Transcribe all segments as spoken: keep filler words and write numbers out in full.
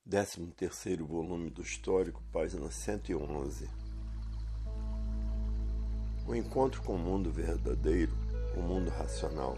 Décimo terceiro volume do Histórico, página cento e onze. O encontro com o mundo verdadeiro, o mundo racional.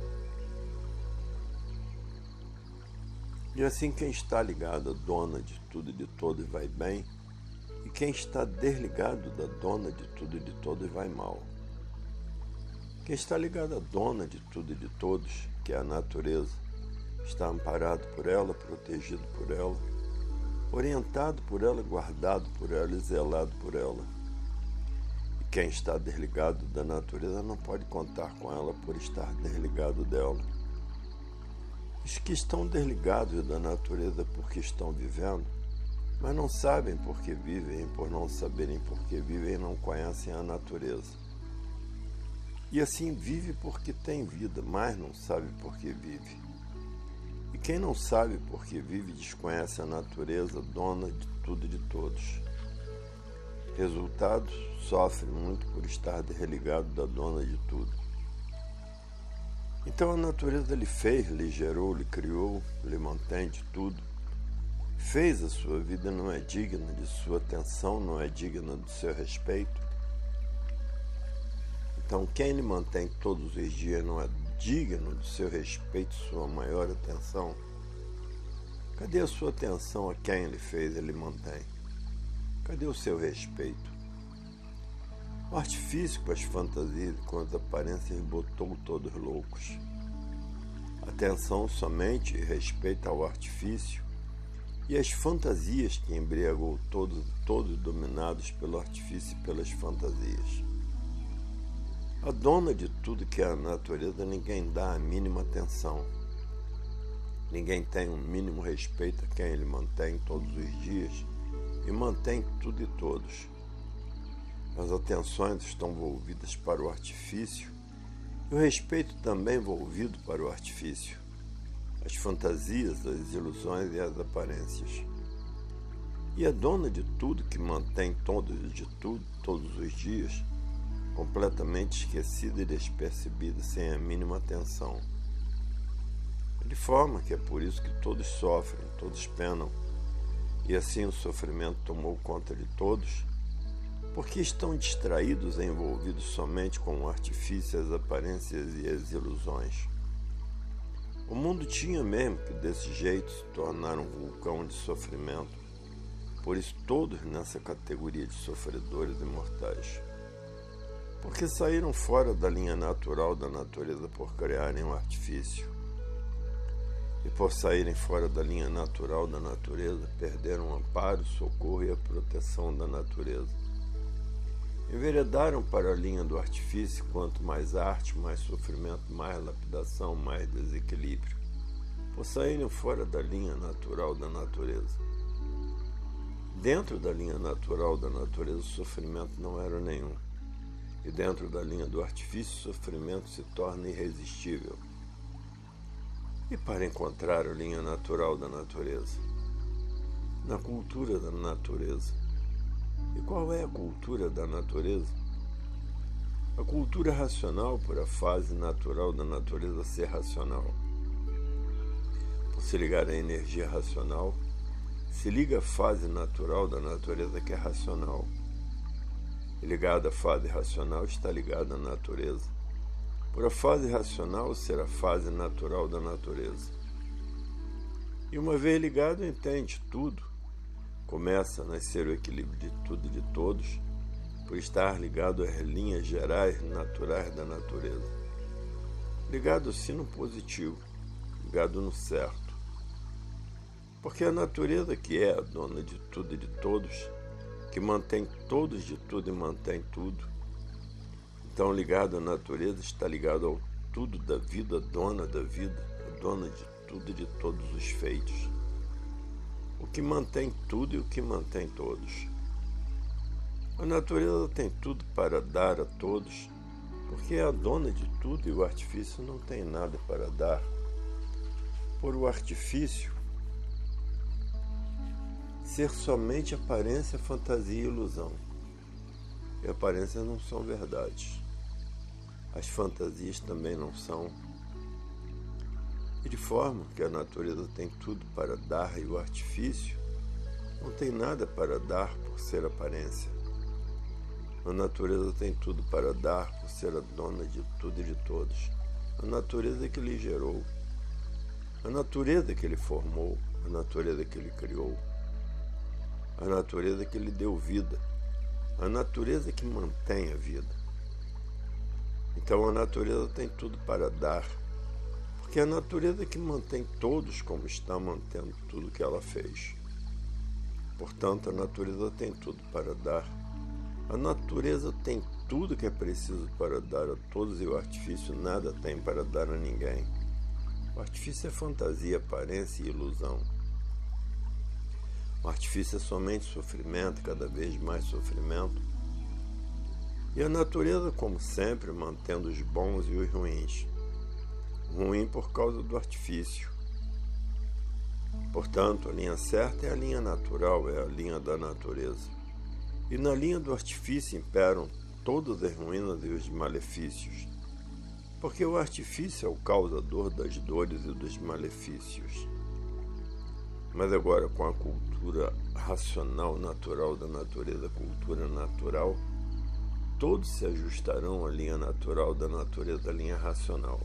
E assim quem está ligado à dona de tudo e de todos vai bem, e quem está desligado da dona de tudo e de todos vai mal. Quem está ligado à dona de tudo e de todos, que é a natureza, está amparado por ela, protegido por ela, orientado por ela, guardado por ela e zelado por ela. E quem está desligado da natureza não pode contar com ela por estar desligado dela. Os que estão desligados da natureza porque estão vivendo, mas não sabem por que vivem, e por não saberem por que vivem, não conhecem a natureza. E assim vive porque tem vida, mas não sabe por que vive. E quem não sabe por que vive desconhece a natureza, dona de tudo e de todos. Resultado, sofre muito por estar desligado da dona de tudo. Então a natureza lhe fez, lhe gerou, lhe criou, lhe mantém de tudo. Fez a sua vida, não é digna de sua atenção, não é digna do seu respeito. Então quem lhe mantém todos os dias não é digno do seu respeito, sua maior atenção. Cadê a sua atenção a quem ele fez, ele mantém? Cadê o seu respeito? O artifício com as fantasias e com as aparências botou todos loucos. Atenção somente e respeito ao artifício e às fantasias que embriagou todos, todos dominados pelo artifício e pelas fantasias. A dona de tudo que é a natureza, ninguém dá a mínima atenção. Ninguém tem um mínimo respeito a quem ele mantém todos os dias e mantém tudo e todos. As atenções estão volvidas para o artifício e o respeito também volvido para o artifício. As fantasias, as ilusões e as aparências. E a dona de tudo que mantém todos de tudo, todos os dias, completamente esquecida e despercebida, sem a mínima atenção. De forma que é por isso que todos sofrem, todos penam, e assim o sofrimento tomou conta de todos, porque estão distraídos e envolvidos somente com o artifício, as aparências e as ilusões. O mundo tinha mesmo que desse jeito se tornar um vulcão de sofrimento, por isso todos nessa categoria de sofredores imortais. Porque saíram fora da linha natural da natureza por criarem um artifício. E por saírem fora da linha natural da natureza, perderam o amparo, o socorro e a proteção da natureza. Enveredaram para a linha do artifício, quanto mais arte, mais sofrimento, mais lapidação, mais desequilíbrio. Por saírem fora da linha natural da natureza. Dentro da linha natural da natureza, o sofrimento não era nenhum. E dentro da linha do artifício, o sofrimento se torna irresistível. E para encontrar a linha natural da natureza? Na cultura da natureza. E qual é a cultura da natureza? A cultura racional, por a fase natural da natureza ser racional. Por se ligar à energia racional, se liga à fase natural da natureza que é racional. E ligado à fase racional está ligado à natureza. Por a fase racional ser a fase natural da natureza. E uma vez ligado, entende tudo. Começa a nascer o equilíbrio de tudo e de todos, por estar ligado às linhas gerais naturais da natureza. Ligado sim no positivo, ligado no certo. Porque a natureza que é a dona de tudo e de todos, que mantém todos de tudo e mantém tudo. Então, ligado à natureza, está ligado ao tudo da vida, a dona da vida, a dona de tudo e de todos os feitos. O que mantém tudo e o que mantém todos. A natureza tem tudo para dar a todos, porque é a dona de tudo e o artifício não tem nada para dar. Por o artifício ser somente aparência, fantasia e ilusão. E aparências não são verdades. As fantasias também não são. E de forma que a natureza tem tudo para dar e o artifício não tem nada para dar por ser aparência. A natureza tem tudo para dar por ser a dona de tudo e de todos. A natureza que lhe gerou, a natureza que lhe formou, a natureza que lhe criou, a natureza que lhe deu vida, a natureza que mantém a vida. Então a natureza tem tudo para dar, porque é a natureza que mantém todos como está mantendo tudo que ela fez. Portanto, a natureza tem tudo para dar. A natureza tem tudo que é preciso para dar a todos e o artifício nada tem para dar a ninguém. O artifício é fantasia, aparência e ilusão. O artifício é somente sofrimento, cada vez mais sofrimento. E a natureza, como sempre, mantendo os bons e os ruins. Ruim por causa do artifício. Portanto, a linha certa é a linha natural, é a linha da natureza. E na linha do artifício imperam todas as ruínas e os malefícios, porque o artifício é o causador das dores e dos malefícios. Mas agora, com a cultura racional natural da natureza, a cultura natural, todos se ajustarão à linha natural da natureza, à linha racional.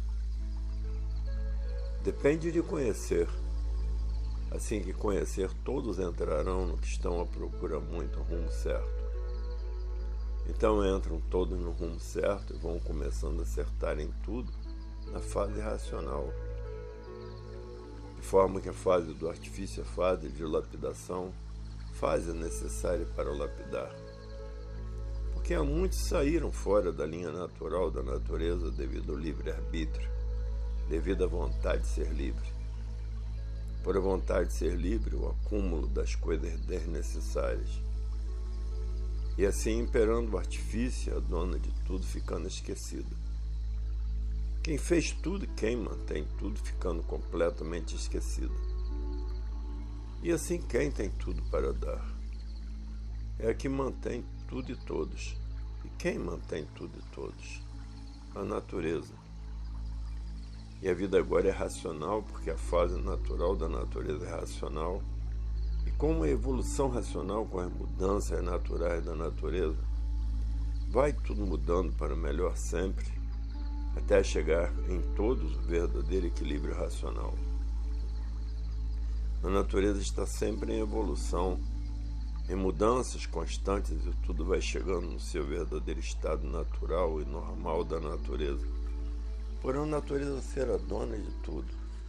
Depende de conhecer. Assim que conhecer, todos entrarão no que estão à procura muito, rumo certo. Então entram todos no rumo certo e vão começando a acertar em tudo na fase racional. De forma que a fase do artifício, a fase de lapidação, fase necessária para lapidar. Porque há muitos saíram fora da linha natural da natureza devido ao livre-arbítrio, devido à vontade de ser livre. Por a vontade de ser livre, o acúmulo das coisas desnecessárias. E assim, imperando o artifício, a dona de tudo ficando esquecida. Quem fez tudo e quem mantém tudo ficando completamente esquecida. E assim, quem tem tudo para dar? É a que mantém tudo e todos. E quem mantém tudo e todos? A natureza. E a vida agora é racional, porque a fase natural da natureza é racional. E como a evolução racional com as mudanças naturais da natureza, vai tudo mudando para melhor sempre, até chegar em todos o verdadeiro equilíbrio racional. A natureza está sempre em evolução, em mudanças constantes, e tudo vai chegando no seu verdadeiro estado natural e normal da natureza. Por a natureza ser a dona de tudo.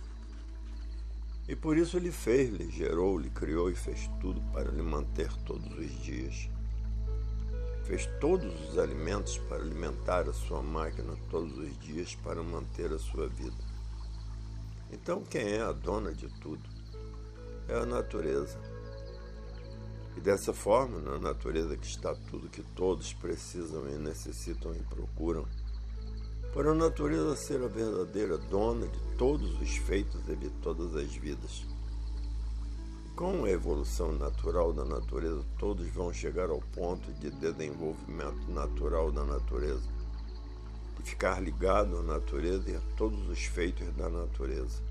E por isso lhe fez, lhe gerou, lhe criou e fez tudo para lhe manter todos os dias. Fez todos os alimentos para alimentar a sua máquina todos os dias para manter a sua vida. Então quem é a dona de tudo? É a natureza. E dessa forma, na natureza que está tudo que todos precisam e necessitam e procuram, por a natureza ser a verdadeira dona de todos os feitos e de todas as vidas. Com a evolução natural da natureza, todos vão chegar ao ponto de desenvolvimento natural da natureza, de ficar ligado à natureza e a todos os feitos da natureza.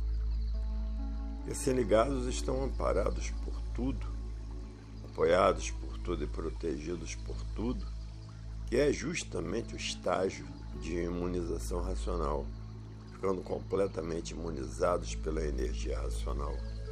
E assim ligados estão amparados por tudo, apoiados por tudo e protegidos por tudo, que é justamente o estágio de imunização racional, ficando completamente imunizados pela energia racional.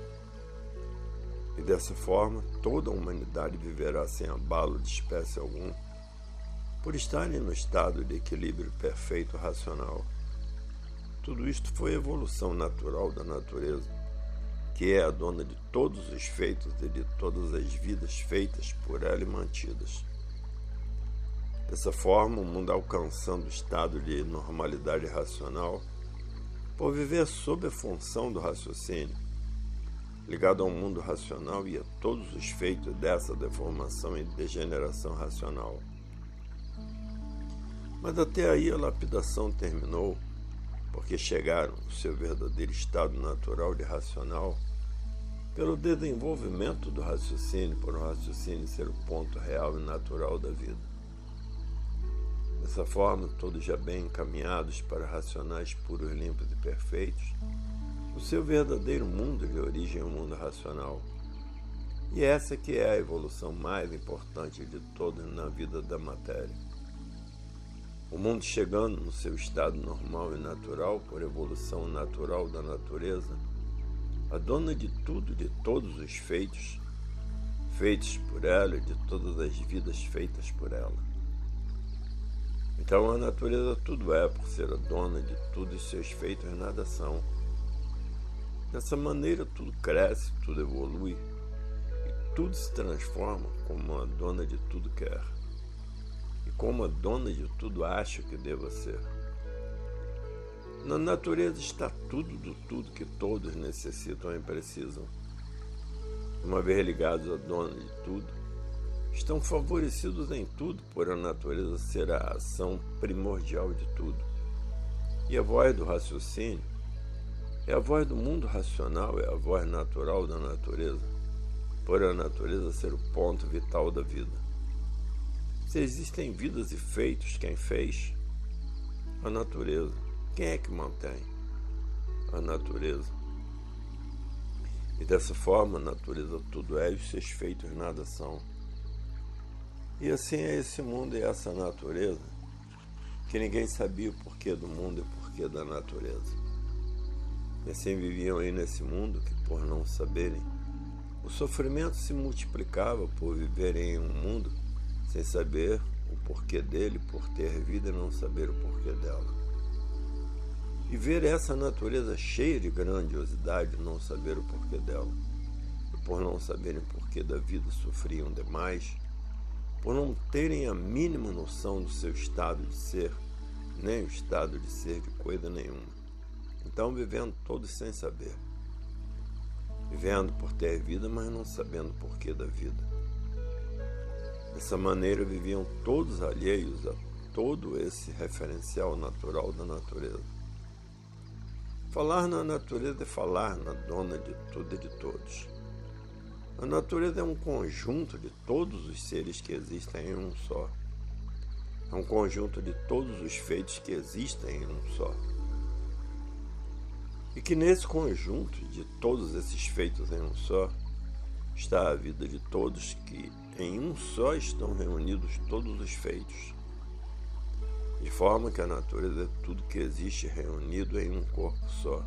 E dessa forma, toda a humanidade viverá sem abalo de espécie algum, por estarem no estado de equilíbrio perfeito racional. Tudo isto foi evolução natural da natureza, que é a dona de todos os feitos e de todas as vidas feitas por ela e mantidas. Dessa forma, o mundo alcançando o estado de normalidade racional, por viver sob a função do raciocínio, ligado ao mundo racional e a todos os feitos dessa deformação e degeneração racional. Mas até aí a lapidação terminou, porque chegaram ao seu verdadeiro estado natural de racional, pelo desenvolvimento do raciocínio, por o raciocínio ser o ponto real e natural da vida. Dessa forma, todos já bem encaminhados para racionais puros, limpos e perfeitos, o seu verdadeiro mundo de origem é o mundo racional. E essa que é a evolução mais importante de todas na vida da matéria. O mundo chegando no seu estado normal e natural, por evolução natural da natureza, a dona de tudo, de todos os feitos, feitos por ela e de todas as vidas feitas por ela. Então a natureza tudo é, por ser a dona de tudo e seus feitos nada são. Dessa maneira tudo cresce, tudo evolui e tudo se transforma como a dona de tudo quer e como a dona de tudo acha que deva ser. Na natureza está tudo do tudo que todos necessitam e precisam. Uma vez ligados à dona de tudo, estão favorecidos em tudo por a natureza ser a ação primordial de tudo. E a voz do raciocínio é a voz do mundo racional, é a voz natural da natureza, por a natureza ser o ponto vital da vida. Se existem vidas e feitos, quem fez? A natureza. Quem é que mantém? A natureza. E dessa forma, a natureza tudo é e os seus feitos nada são. E assim é esse mundo e essa natureza, que ninguém sabia o porquê do mundo e o porquê da natureza. E assim viviam aí nesse mundo que, por não saberem, o sofrimento se multiplicava por viverem em um mundo sem saber o porquê dele, por ter vida e não saber o porquê dela. E ver essa natureza cheia de grandiosidade e não saber o porquê dela. E por não saberem o porquê da vida sofriam demais, por não terem a mínima noção do seu estado de ser, nem o estado de ser de coisa nenhuma. Então vivendo todos sem saber. Vivendo por ter vida, mas não sabendo o porquê da vida. Dessa maneira viviam todos alheios a todo esse referencial natural da natureza. Falar na natureza é falar na dona de tudo e de todos. A natureza é um conjunto de todos os seres que existem em um só. É um conjunto de todos os feitos que existem em um só. E que nesse conjunto de todos esses feitos em um só, está a vida de todos que em um só estão reunidos todos os feitos. De forma que a natureza é tudo que existe reunido em um corpo só.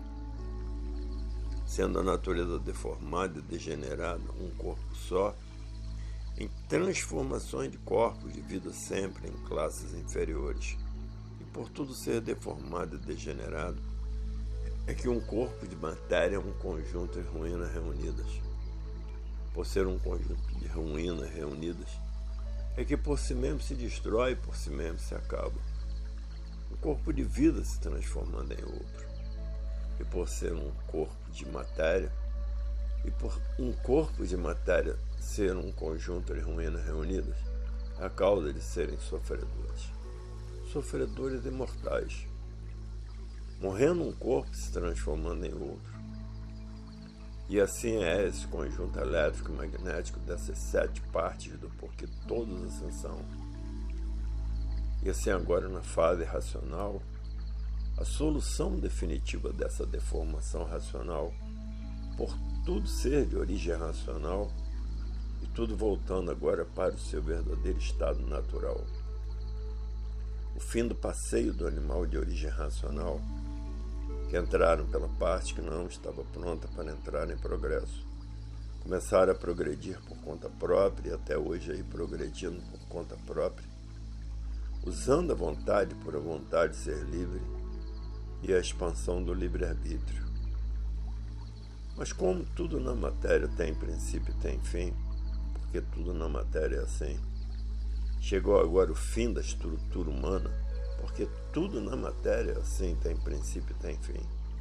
Sendo a natureza deformada e degenerada, um corpo só, em transformações de corpos de vida sempre em classes inferiores. E por tudo ser deformado e degenerado, é que um corpo de matéria é um conjunto de ruínas reunidas. Por ser um conjunto de ruínas reunidas, é que por si mesmo se destrói e por si mesmo se acaba. Um corpo de vida se transformando em outro. E por ser um corpo de matéria, e por um corpo de matéria ser um conjunto de ruínas reunidas, é a causa de serem sofredores. Sofredores imortais. Morrendo um corpo se transformando em outro. E assim é esse conjunto elétrico e magnético dessas sete partes do porquê todos assim são. E assim agora na fase racional, a solução definitiva dessa deformação racional, por tudo ser de origem racional, e tudo voltando agora para o seu verdadeiro estado natural. O fim do passeio do animal de origem racional, que entraram pela parte que não estava pronta para entrar em progresso. Começaram a progredir por conta própria e até hoje aí progredindo por conta própria, usando a vontade por a vontade de ser livre e a expansão do livre-arbítrio. Mas como tudo na matéria tem princípio e tem fim, porque tudo na matéria é assim, chegou agora o fim da estrutura humana, porque tudo na matéria assim tem princípio e tem fim.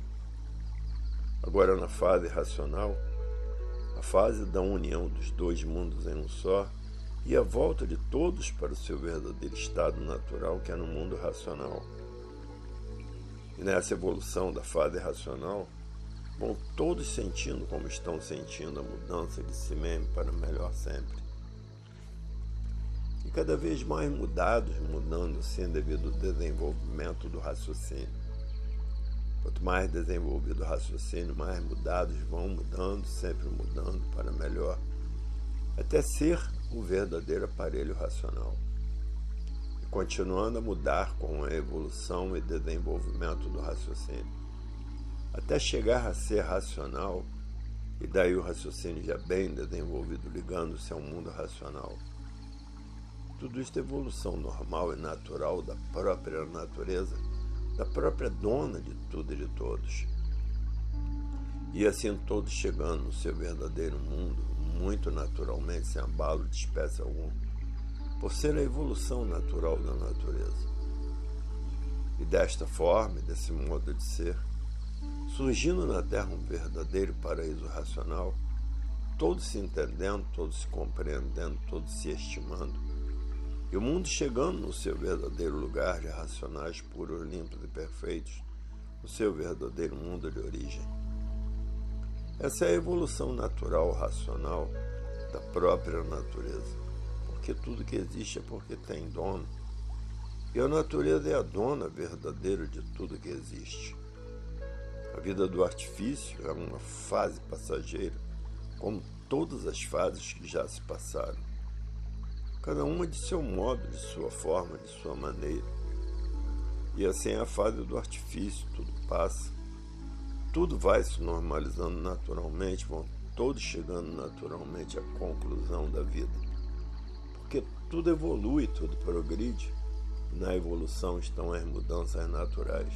Agora na fase racional, a fase da união dos dois mundos em um só e a volta de todos para o seu verdadeiro estado natural, que é no mundo racional. E nessa evolução da fase racional, vão todos sentindo como estão sentindo a mudança de si mesmo para melhor sempre. e cada vez mais mudados, mudando-se devido ao desenvolvimento do raciocínio. Quanto mais desenvolvido o raciocínio, mais mudados vão mudando, sempre mudando para melhor, até ser o verdadeiro aparelho racional. E continuando a mudar com a evolução e desenvolvimento do raciocínio, até chegar a ser racional, e daí o raciocínio já bem desenvolvido, ligando-se ao mundo racional. Tudo isto é evolução normal e natural da própria natureza, da própria dona de tudo e de todos. E assim todos chegando no seu verdadeiro mundo, muito naturalmente, sem abalo de espécie alguma, por ser a evolução natural da natureza. E desta forma, desse modo de ser, surgindo na Terra um verdadeiro paraíso racional, todos se entendendo, todos se compreendendo, todos se estimando, e o mundo chegando no seu verdadeiro lugar de racionais puros, limpos e perfeitos, no seu verdadeiro mundo de origem. Essa é a evolução natural, racional, da própria natureza, porque tudo que existe é porque tem dono, e a natureza é a dona verdadeira de tudo que existe. A vida do artifício é uma fase passageira, como todas as fases que já se passaram. Cada uma de seu modo, de sua forma, de sua maneira. E assim é a fase do artifício, tudo passa. Tudo vai se normalizando naturalmente, vão todos chegando naturalmente à conclusão da vida. Porque tudo evolui, tudo progride. Na evolução estão as mudanças naturais.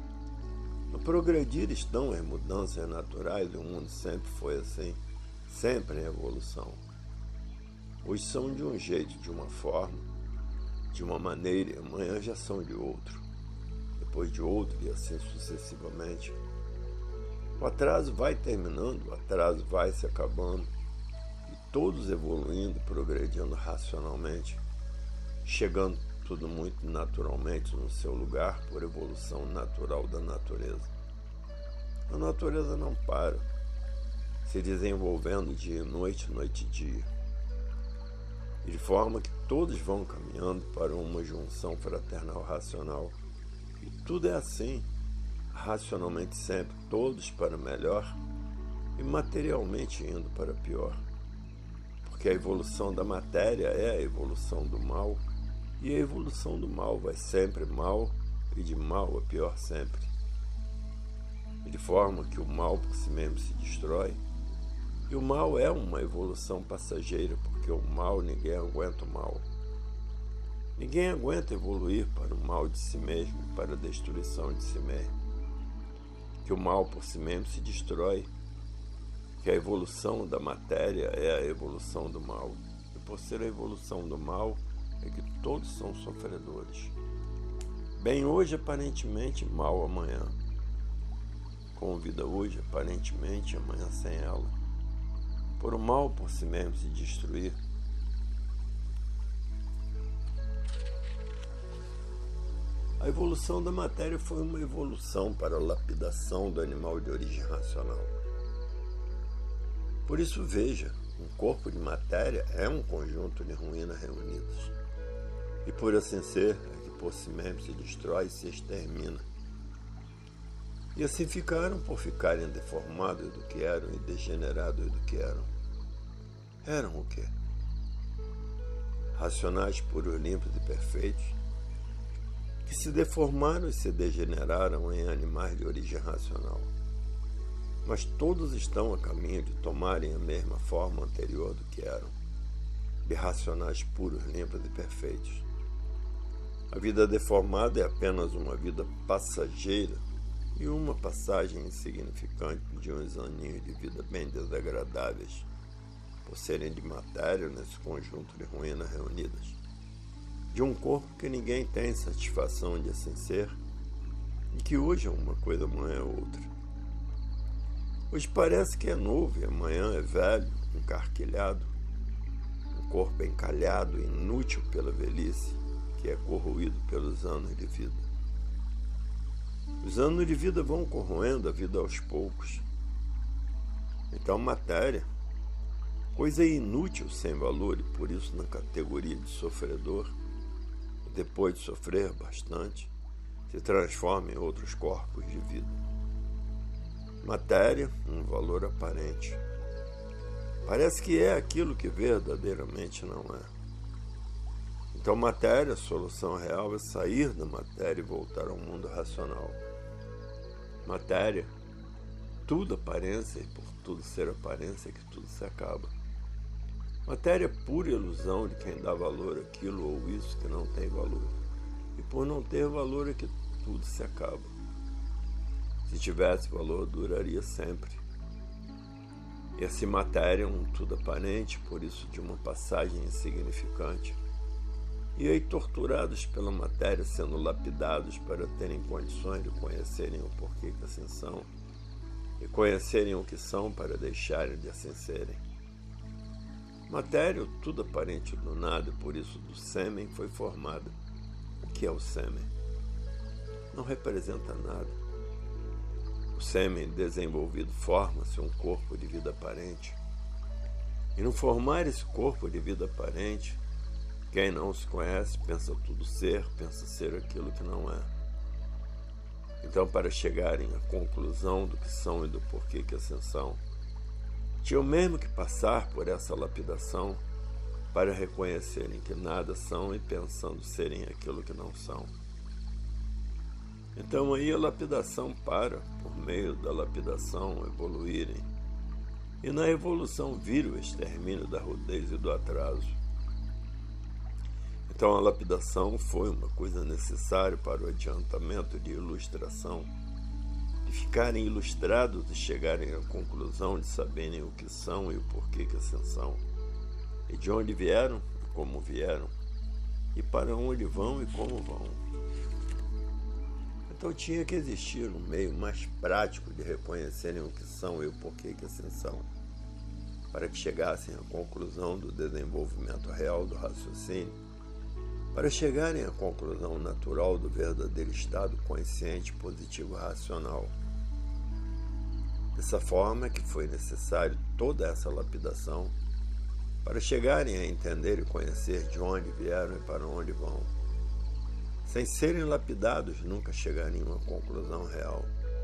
No progredir estão as mudanças naturais, e o mundo sempre foi assim, sempre em evolução. Hoje são de um jeito, de uma forma, de uma maneira, e amanhã já são de outro, depois de outro, e assim sucessivamente. O atraso vai terminando, o atraso vai se acabando, e todos evoluindo, progredindo racionalmente, chegando tudo muito naturalmente no seu lugar por evolução natural da natureza. A natureza não para, se desenvolvendo dia e noite, noite e dia, e de forma que todos vão caminhando para uma junção fraternal racional. E tudo é assim, racionalmente sempre, todos para melhor e materialmente indo para pior. Porque a evolução da matéria é a evolução do mal, e a evolução do mal vai sempre mal, e de mal a pior sempre. E de forma que o mal por si mesmo se destrói, e o mal é uma evolução passageira, porque o mal, ninguém aguenta o mal. Ninguém aguenta evoluir para o mal de si mesmo, para a destruição de si mesmo. Que o mal por si mesmo se destrói, que a evolução da matéria é a evolução do mal. E por ser a evolução do mal, é que todos são sofredores. Bem hoje, aparentemente, mal amanhã. Com vida hoje, aparentemente, amanhã sem ela. Por o mal por si mesmo se destruir. A evolução da matéria foi uma evolução para a lapidação do animal de origem racional. Por isso, veja, um corpo de matéria é um conjunto de ruínas reunidas. E por assim ser, é que por si mesmo se destrói e se extermina. E assim ficaram por ficarem deformados do que eram e degenerados do que eram. Eram o quê? Racionais, puros, limpos e perfeitos, que se deformaram e se degeneraram em animais de origem racional. Mas todos estão a caminho de tomarem a mesma forma anterior do que eram, de racionais puros, limpos e perfeitos. A vida deformada é apenas uma vida passageira e uma passagem insignificante de uns aninhos de vida bem desagradáveis, por serem de matéria nesse conjunto de ruínas reunidas, de um corpo que ninguém tem satisfação de assim ser, e que hoje é uma coisa, amanhã é outra. Hoje parece que é novo e amanhã é velho, encarquilhado, um corpo encalhado, inútil pela velhice, que é corroído pelos anos de vida. Os anos de vida vão corroendo a vida aos poucos. Então, matéria, coisa inútil sem valor e por isso na categoria de sofredor, e depois de sofrer bastante, se transforma em outros corpos de vida. Matéria, um valor aparente. Parece que é aquilo que verdadeiramente não é. Então, matéria, a solução real é sair da matéria e voltar ao mundo racional. Matéria, tudo aparência, e por tudo ser aparência é que tudo se acaba. Matéria é pura ilusão de quem dá valor àquilo ou isso que não tem valor. E por não ter valor é que tudo se acaba. Se tivesse valor, duraria sempre. Essa matéria é um tudo aparente, por isso de uma passagem insignificante. E aí torturados pela matéria, sendo lapidados para terem condições de conhecerem o porquê que assim são, e conhecerem o que são para deixarem de assim serem. Matéria, o tudo aparente do nada, por isso do sêmen foi formada. O que é o sêmen? Não representa nada. O sêmen desenvolvido forma-se um corpo de vida aparente. E no formar esse corpo de vida aparente, quem não se conhece pensa tudo ser, pensa ser aquilo que não é. Então, para chegarem à conclusão do que são e do porquê que assim são, tinham mesmo que passar por essa lapidação para reconhecerem que nada são e pensando serem aquilo que não são. Então aí a lapidação para, por meio da lapidação, evoluírem. E na evolução vira o extermínio da rudez e do atraso. Então a lapidação foi uma coisa necessária para o adiantamento de ilustração, de ficarem ilustrados e chegarem à conclusão de saberem o que são e o porquê que assim são, e de onde vieram e como vieram, e para onde vão e como vão. Então tinha que existir um meio mais prático de reconhecerem o que são e o porquê que assim são, para que chegassem à conclusão do desenvolvimento real do raciocínio, para chegarem à conclusão natural do verdadeiro estado consciente, positivo e racional. Dessa forma é que foi necessário toda essa lapidação para chegarem a entender e conhecer de onde vieram e para onde vão. Sem serem lapidados, nunca chegariam a uma conclusão real.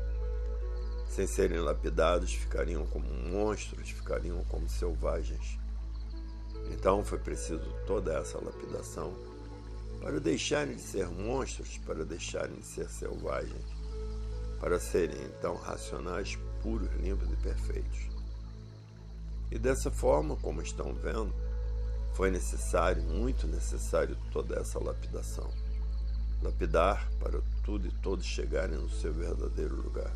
Sem serem lapidados, ficariam como monstros, ficariam como selvagens. Então foi preciso toda essa lapidação para deixarem de ser monstros, para deixarem de ser selvagens, para serem então racionais, puros, limpos e perfeitos. E dessa forma, como estão vendo, foi necessário, muito necessário, toda essa lapidação. Lapidar para tudo e todos chegarem no seu verdadeiro lugar.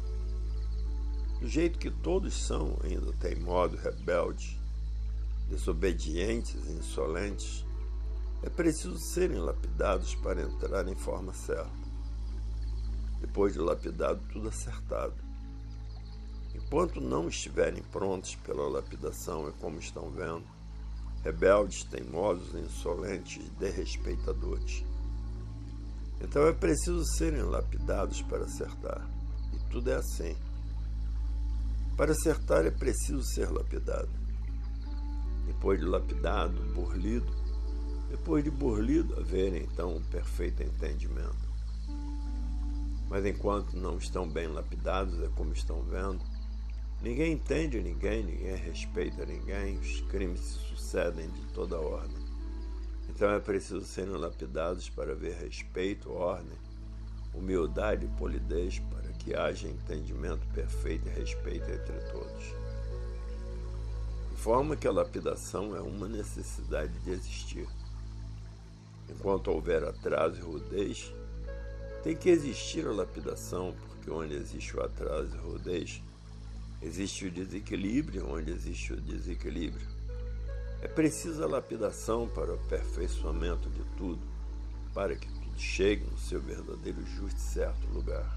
Do jeito que todos são ainda teimosos, rebeldes, desobedientes e insolentes, é preciso serem lapidados para entrar em forma certa. Depois de lapidado, tudo acertado. Enquanto não estiverem prontos pela lapidação, é como estão vendo, rebeldes, teimosos, insolentes, desrespeitadores. Então é preciso serem lapidados para acertar. E tudo é assim. Para acertar é preciso ser lapidado. Depois de lapidado, burlido, depois de burlido, haver então um perfeito entendimento. Mas enquanto não estão bem lapidados, é como estão vendo, ninguém entende ninguém, ninguém respeita ninguém, os crimes se sucedem de toda ordem. Então é preciso serem lapidados para haver respeito, ordem, humildade e polidez, para que haja entendimento perfeito e respeito entre todos. De forma que a lapidação é uma necessidade de existir. Enquanto houver atraso e rudez, tem que existir a lapidação, porque onde existe o atraso e rudez, existe o desequilíbrio, onde existe o desequilíbrio. É preciso a lapidação para o aperfeiçoamento de tudo, para que tudo chegue no seu verdadeiro justo e certo lugar.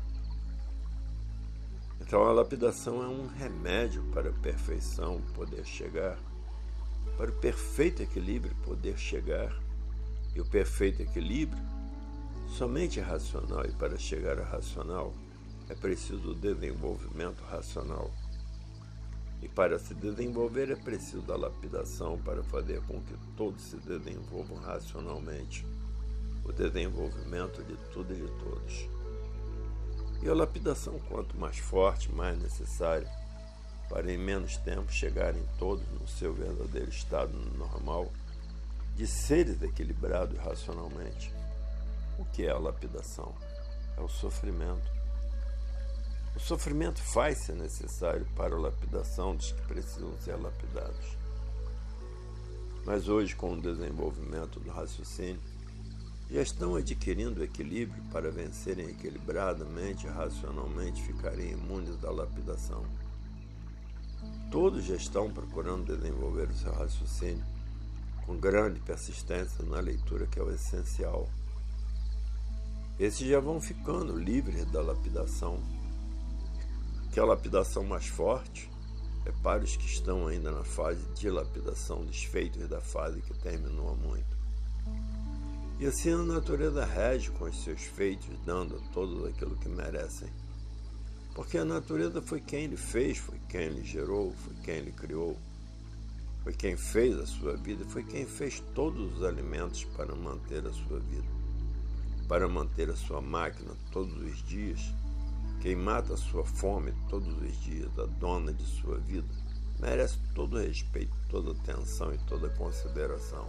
Então a lapidação é um remédio para a perfeição poder chegar, para o perfeito equilíbrio poder chegar, e o perfeito equilíbrio somente é racional, e para chegar a racional é preciso o desenvolvimento racional. E para se desenvolver é preciso da lapidação para fazer com que todos se desenvolvam racionalmente, o desenvolvimento de tudo e de todos. E a lapidação, quanto mais forte, mais necessária, para em menos tempo chegarem todos no seu verdadeiro estado normal, de seres equilibrados racionalmente. O que é a lapidação? É o sofrimento. O sofrimento faz-se necessário para a lapidação dos que precisam ser lapidados. Mas hoje, com o desenvolvimento do raciocínio, já estão adquirindo equilíbrio para vencerem equilibradamente e racionalmente ficarem imunes da lapidação. Todos já estão procurando desenvolver o seu raciocínio com grande persistência na leitura, que é o essencial. Esses já vão ficando livres da lapidação, que a lapidação mais forte é para os que estão ainda na fase de lapidação dos feitos da fase que terminou há muito. E assim a natureza rege com os seus feitos, dando a todos aquilo que merecem. Porque a natureza foi quem lhe fez, foi quem lhe gerou, foi quem lhe criou, foi quem fez a sua vida, foi quem fez todos os alimentos para manter a sua vida, para manter a sua máquina todos os dias. Quem mata a sua fome todos os dias, a dona de sua vida, merece todo o respeito, toda a atenção e toda a consideração.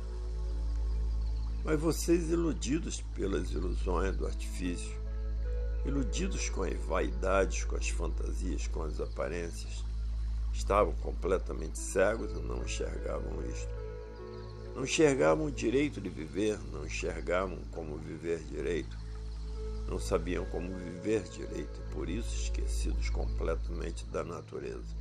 Mas vocês, iludidos pelas ilusões do artifício, iludidos com as vaidades, com as fantasias, com as aparências, estavam completamente cegos e não enxergavam isto. Não enxergavam o direito de viver, não enxergavam como viver direito. Não sabiam como viver direito e, por isso, esquecidos completamente da natureza.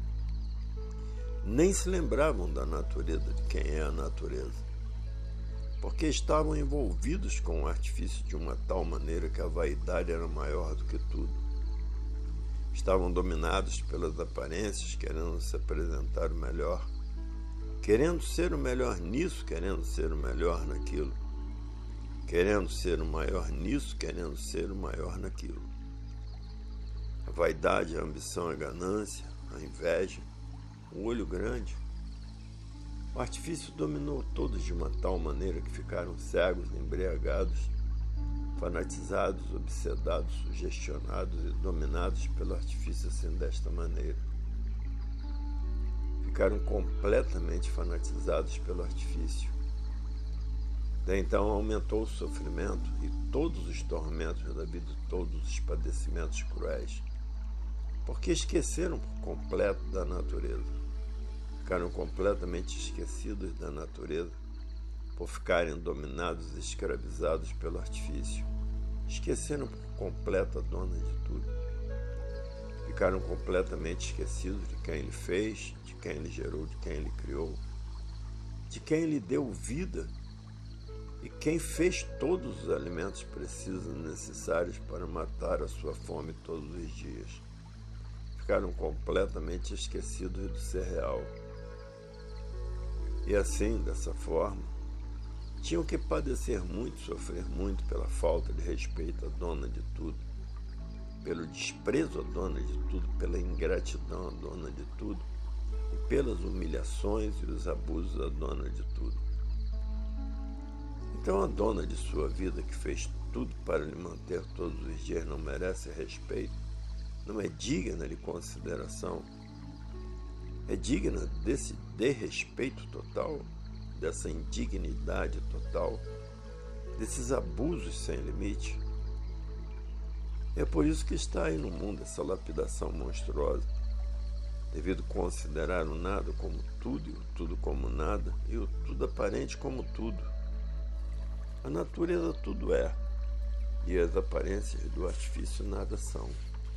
Nem se lembravam da natureza, de quem é a natureza, porque estavam envolvidos com o artifício de uma tal maneira que a vaidade era maior do que tudo. Estavam dominados pelas aparências, querendo se apresentar o melhor, querendo ser o melhor nisso, querendo ser o melhor naquilo. Querendo ser o maior nisso, querendo ser o maior naquilo. A vaidade, a ambição, a ganância, a inveja, o olho grande. O artifício dominou todos de uma tal maneira que ficaram cegos, embriagados, fanatizados, obsedados, sugestionados e dominados pelo artifício assim desta maneira. Ficaram completamente fanatizados pelo artifício. Daí então aumentou o sofrimento e todos os tormentos da vida, todos os padecimentos cruéis, porque esqueceram por completo da natureza. Ficaram completamente esquecidos da natureza por ficarem dominados e escravizados pelo artifício. Esqueceram por completo a dona de tudo. Ficaram completamente esquecidos de quem lhe fez, de quem lhe gerou, de quem lhe criou, de quem lhe deu vida, e quem fez todos os alimentos precisos e necessários para matar a sua fome todos os dias. Ficaram completamente esquecidos do ser real. E assim, dessa forma, tinham que padecer muito, sofrer muito pela falta de respeito à dona de tudo, pelo desprezo à dona de tudo, pela ingratidão à dona de tudo e pelas humilhações e os abusos à dona de tudo. Então a dona de sua vida, que fez tudo para lhe manter todos os dias, não merece respeito, não é digna de consideração, é digna desse desrespeito total, dessa indignidade total, desses abusos sem limite. É por isso que está aí no mundo essa lapidação monstruosa, devido a considerar o nada como tudo e o tudo como nada e o tudo aparente como tudo. A natureza tudo é, e as aparências do artifício nada são.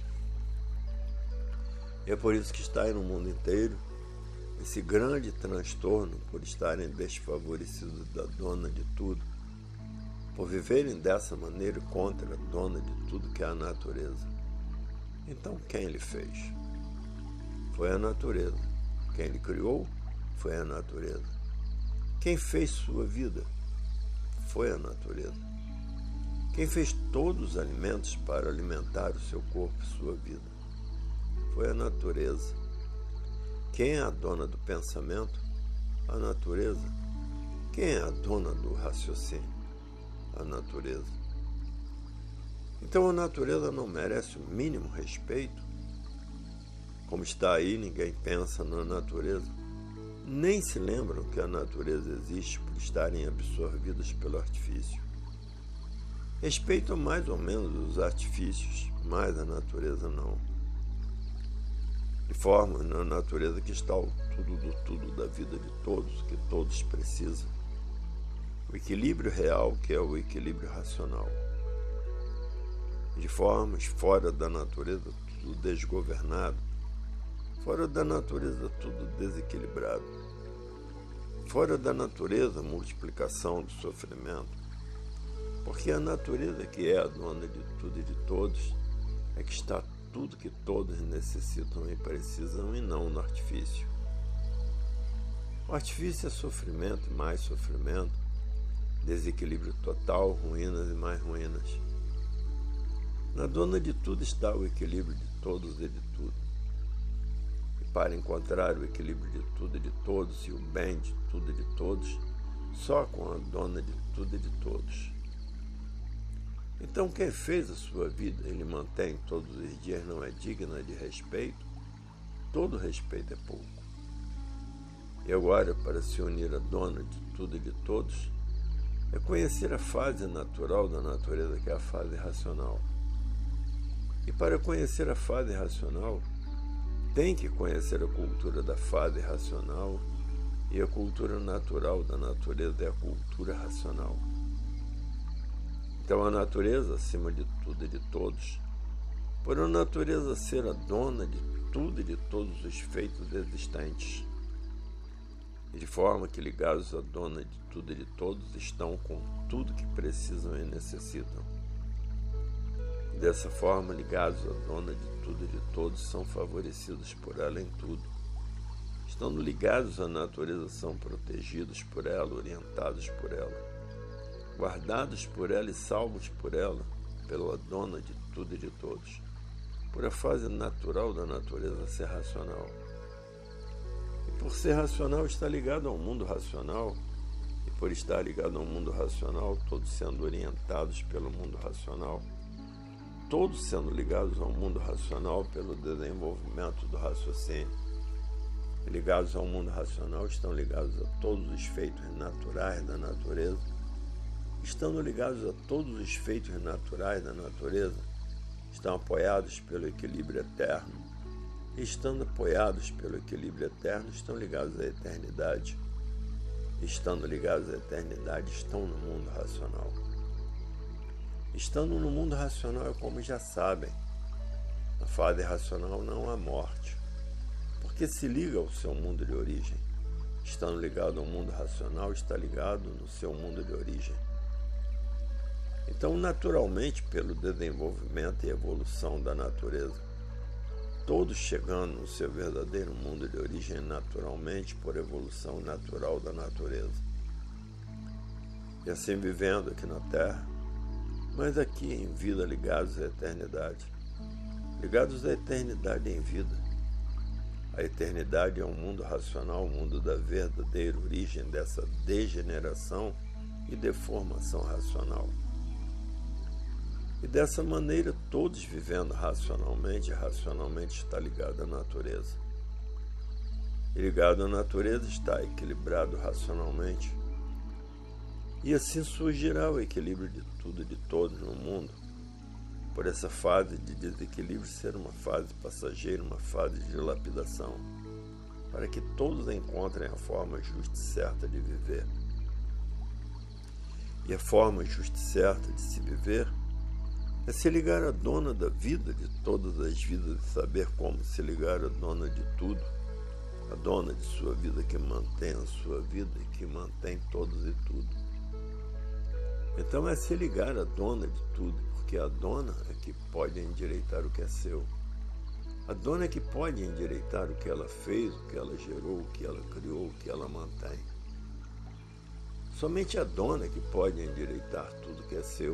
E é por isso que está aí no mundo inteiro esse grande transtorno por estarem desfavorecidos da dona de tudo, por viverem dessa maneira contra a dona de tudo que é a natureza. Então quem lhe fez? Foi a natureza. Quem lhe criou? Foi a natureza. Quem fez sua vida? Foi a natureza. Quem fez todos os alimentos para alimentar o seu corpo e sua vida? Foi a natureza. Quem é a dona do pensamento? A natureza. Quem é a dona do raciocínio? A natureza. Então a natureza não merece o mínimo respeito? Como está aí, ninguém pensa na natureza. Nem se lembram que a natureza existe por estarem absorvidas pelo artifício. Respeitam mais ou menos os artifícios, mas a natureza não. De forma na natureza que está o tudo do tudo da vida de todos, que todos precisam. O equilíbrio real, que é o equilíbrio racional. De formas fora da natureza, tudo desgovernado. Fora da natureza, tudo desequilibrado. Fora da natureza, multiplicação do sofrimento. Porque a natureza, que é a dona de tudo e de todos, é que está tudo que todos necessitam e precisam, e não no artifício. O artifício é sofrimento e mais sofrimento, desequilíbrio total, ruínas e mais ruínas. Na dona de tudo está o equilíbrio de todos e de tudo. E para encontrar o equilíbrio de tudo e de todos e o bem de tudo e de todos, só com a dona de tudo e de todos. Então quem fez a sua vida e lhe mantém todos os dias não é digna de respeito? Todo respeito é pouco. E agora, para se unir à dona de tudo e de todos, é conhecer a fase natural da natureza, que é a fase racional. E para conhecer a fase racional, tem que conhecer a cultura da fase racional, e a cultura natural da natureza é a cultura racional. Então a natureza, acima de tudo e de todos, por a natureza ser a dona de tudo e de todos os feitos existentes, e de forma que ligados à dona de tudo e de todos estão com tudo que precisam e necessitam. E dessa forma, ligados à dona de tudo e de todos, são favorecidos por ela em tudo. Estando ligados à natureza, são protegidos por ela, orientados por ela, guardados por ela e salvos por ela, pela dona de tudo e de todos, por a fase natural da natureza ser racional. E por ser racional, está ligado ao mundo racional, e por estar ligado ao mundo racional, todos sendo orientados pelo mundo racional, todos sendo ligados ao mundo racional pelo desenvolvimento do raciocínio. E ligados ao mundo racional, estão ligados a todos os feitos naturais da natureza. Estando ligados a todos os feitos naturais da natureza, estão apoiados pelo equilíbrio eterno. E estando apoiados pelo equilíbrio eterno, estão ligados à eternidade. E estando ligados à eternidade, estão no mundo racional. Estando no mundo racional, como já sabem, na fase racional não há morte, porque se liga ao seu mundo de origem. Estando ligado ao mundo racional, está ligado no seu mundo de origem. Então, naturalmente, pelo desenvolvimento e evolução da natureza, todos chegando no seu verdadeiro mundo de origem naturalmente por evolução natural da natureza. E assim vivendo aqui na Terra, mas aqui em vida ligados à eternidade. Ligados à eternidade em vida. A eternidade é um mundo racional, o mundo da verdadeira origem dessa degeneração e deformação racional. E dessa maneira, todos vivendo racionalmente, racionalmente está ligado à natureza. E ligado à natureza está equilibrado racionalmente. E assim surgirá o equilíbrio de tudo e de todos no mundo, por essa fase de desequilíbrio ser uma fase passageira, uma fase de dilapidação, para que todos encontrem a forma justa e certa de viver. E a forma justa e certa de se viver é se ligar à dona da vida de todas as vidas e saber como se ligar à dona de tudo, a dona de sua vida que mantém a sua vida e que mantém todos e tudo. Então é se ligar à dona de tudo, porque a dona é que pode endireitar o que é seu. A dona é que pode endireitar o que ela fez, o que ela gerou, o que ela criou, o que ela mantém. Somente a dona é que pode endireitar tudo que é seu,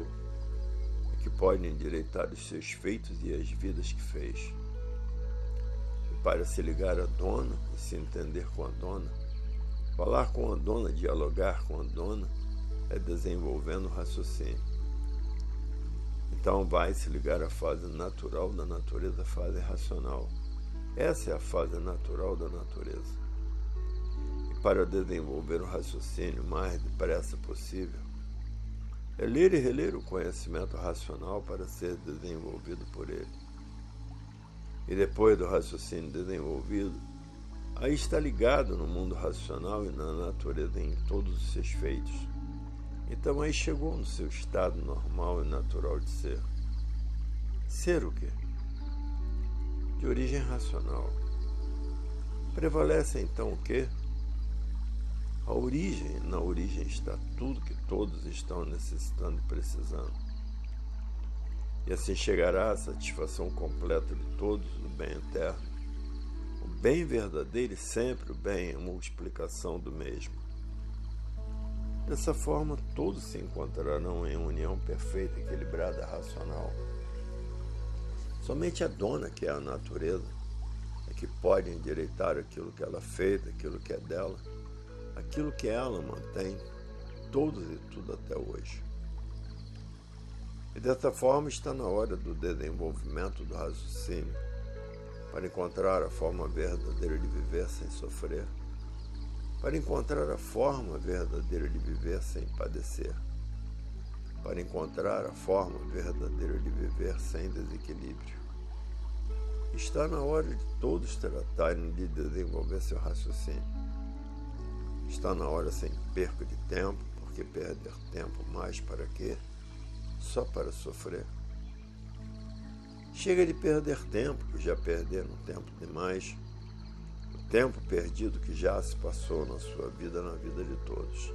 é que pode endireitar os seus feitos e as vidas que fez. E para se ligar à dona e se entender com a dona, falar com a dona, dialogar com a dona, é desenvolvendo o raciocínio. Então vai se ligar à fase natural da natureza, a fase racional. Essa é a fase natural da natureza. E para desenvolver o raciocínio o mais depressa possível, é ler e reler o conhecimento racional para ser desenvolvido por ele. E depois do raciocínio desenvolvido, aí está ligado no mundo racional e na natureza em todos os seus feitos. Então aí chegou no seu estado normal e natural de ser. Ser o quê? De origem racional. Prevalece então o quê? A origem. Na origem está tudo que todos estão necessitando e precisando. E assim chegará a satisfação completa de todos do bem eterno. O bem verdadeiro e sempre o bem é uma multiplicação do mesmo. Dessa forma, todos se encontrarão em união perfeita, equilibrada, racional. Somente a dona, que é a natureza, é que pode endireitar aquilo que ela fez, aquilo que é dela, aquilo que ela mantém, todos e tudo até hoje. E dessa forma está na hora do desenvolvimento do raciocínio, para encontrar a forma verdadeira de viver sem sofrer, para encontrar a forma verdadeira de viver sem padecer, para encontrar a forma verdadeira de viver sem desequilíbrio. Está na hora de todos tratarem de desenvolver seu raciocínio. Está na hora sem perca de tempo, porque perder tempo mais para quê? Só para sofrer. Chega de perder tempo, que já perderam tempo demais. O tempo perdido que já se passou na sua vida, na vida de todos.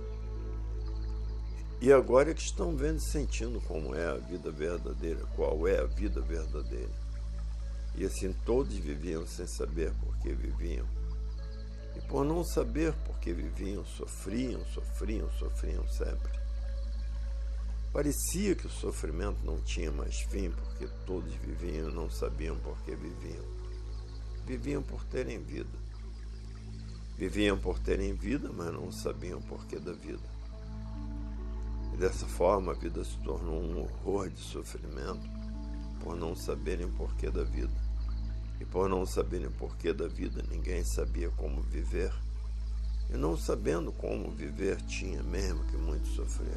E agora é que estão vendo e sentindo como é a vida verdadeira, qual é a vida verdadeira. E assim todos viviam sem saber por que viviam. E por não saber por que viviam, sofriam, sofriam, sofriam sempre. Parecia que o sofrimento não tinha mais fim, porque todos viviam e não sabiam por que viviam. Viviam por terem vida. Viviam por terem vida, mas não sabiam por que da vida. E dessa forma a vida se tornou um horror de sofrimento, por não saberem por que da vida. E por não saberem por que da vida, ninguém sabia como viver. E não sabendo como viver, tinha mesmo que muito sofrer.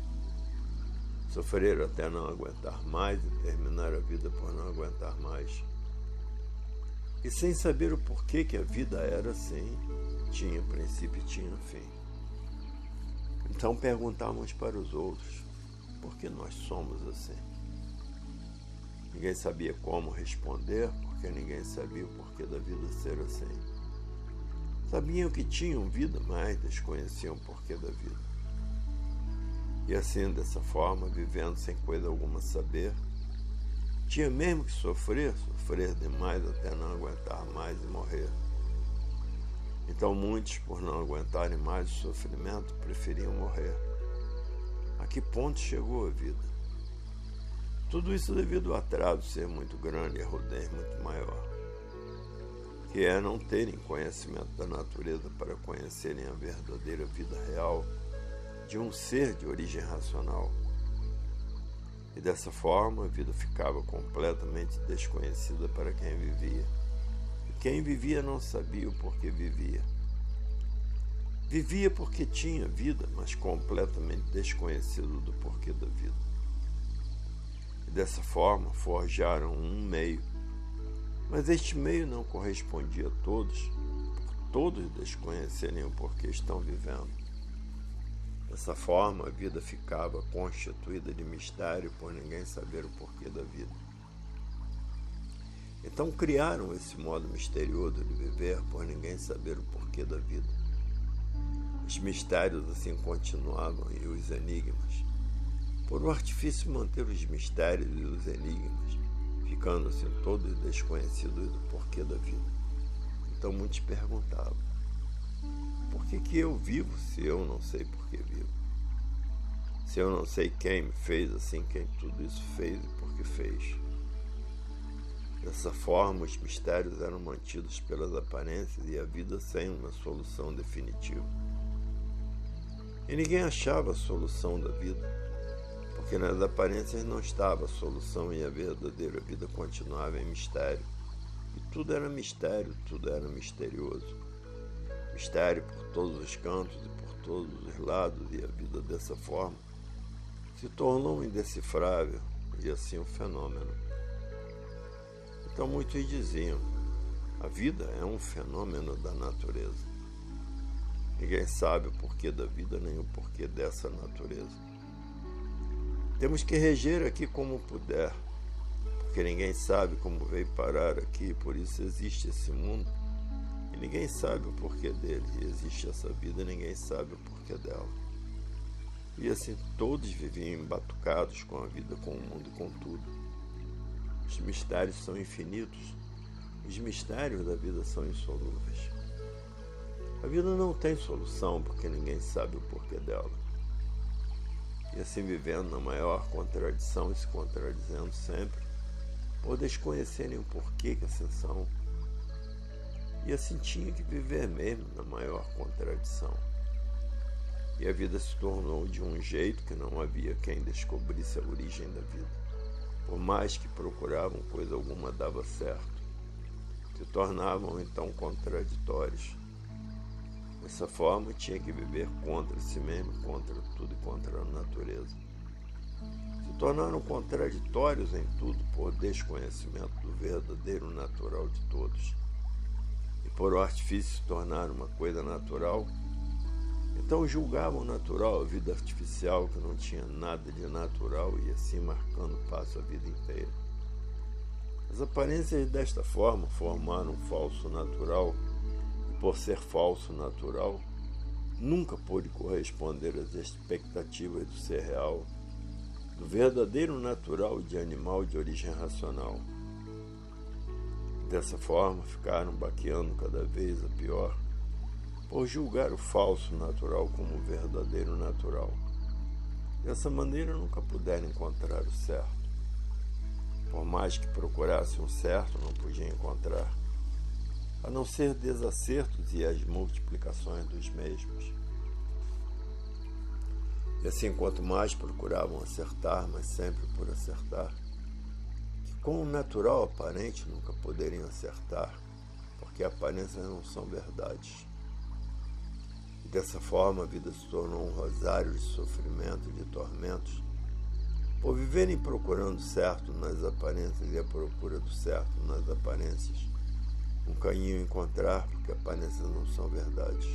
Sofrer até não aguentar mais e terminar a vida por não aguentar mais. E sem saber o porquê que a vida era assim, tinha princípio e tinha fim. Então perguntávamos para os outros, por que nós somos assim? Ninguém sabia como responder, porque ninguém sabia o porquê da vida ser assim. Sabiam que tinham vida, mas desconheciam o porquê da vida. E assim, dessa forma, vivendo sem coisa alguma saber, tinha mesmo que sofrer, sofrer demais até não aguentar mais e morrer. Então muitos, por não aguentarem mais o sofrimento, preferiam morrer. A que ponto chegou a vida? Tudo isso devido ao atraso ser muito grande e a rudez muito maior, que é não terem conhecimento da natureza para conhecerem a verdadeira vida real de um ser de origem racional. E dessa forma a vida ficava completamente desconhecida para quem vivia. E quem vivia não sabia o porquê vivia. Vivia porque tinha vida, mas completamente desconhecido do porquê da vida. E dessa forma forjaram um meio. Mas este meio não correspondia a todos, por todos desconhecerem o porquê estão vivendo. Dessa forma, a vida ficava constituída de mistério por ninguém saber o porquê da vida. Então criaram esse modo misterioso de viver por ninguém saber o porquê da vida. Os mistérios assim continuavam e os enigmas, por o artifício manter os mistérios e os enigmas, ficando assim todos desconhecidos do porquê da vida. Então muitos perguntavam, por que que eu vivo se eu não sei por que vivo? Se eu não sei quem me fez assim, quem tudo isso fez e por que fez? Dessa forma, os mistérios eram mantidos pelas aparências e a vida sem uma solução definitiva. E ninguém achava a solução da vida, porque nas aparências não estava a solução e a verdadeira vida continuava em mistério. E tudo era mistério, tudo era misterioso. Mistério por todos os cantos e por todos os lados, e a vida dessa forma se tornou indecifrável e assim um fenômeno. Então muitos diziam, a vida é um fenômeno da natureza. Ninguém sabe o porquê da vida nem o porquê dessa natureza. Temos que reger aqui como puder, porque ninguém sabe como veio parar aqui, por isso existe esse mundo, e ninguém sabe o porquê dele, e existe essa vida, e ninguém sabe o porquê dela. E assim todos viviam embatucados com a vida, com o mundo e com tudo. Os mistérios são infinitos, os mistérios da vida são insolúveis. A vida não tem solução, porque ninguém sabe o porquê dela. E assim vivendo na maior contradição e se contradizendo sempre, por desconhecerem o porquê que assim são. E assim tinha que viver mesmo na maior contradição. E a vida se tornou de um jeito que não havia quem descobrisse a origem da vida. Por mais que procuravam, coisa alguma dava certo. Se tornavam então contraditórios. Dessa forma, tinha que viver contra si mesmo, contra tudo e contra a natureza. Se tornaram contraditórios em tudo por desconhecimento do verdadeiro natural de todos. E por o artifício se tornar uma coisa natural, então julgavam natural a vida artificial, que não tinha nada de natural, e assim marcando passo a vida inteira. As aparências desta forma formaram um falso natural, e por ser falso natural, nunca pôde corresponder às expectativas do ser real, do verdadeiro natural de animal de origem racional. Dessa forma, ficaram baqueando cada vez a pior, por julgar o falso natural como o verdadeiro natural. Dessa maneira, nunca puderam encontrar o certo. Por mais que procurassem o certo, não podiam encontrar, a não ser desacertos e as multiplicações dos mesmos. E assim, quanto mais procuravam acertar, mas sempre por acertar, que com o natural aparente nunca poderiam acertar, porque aparências não são verdades. E dessa forma a vida se tornou um rosário de sofrimento e de tormentos, por viverem procurando certo nas aparências e a procura do certo nas aparências. Nunca iam encontrar, porque aparências não são verdades.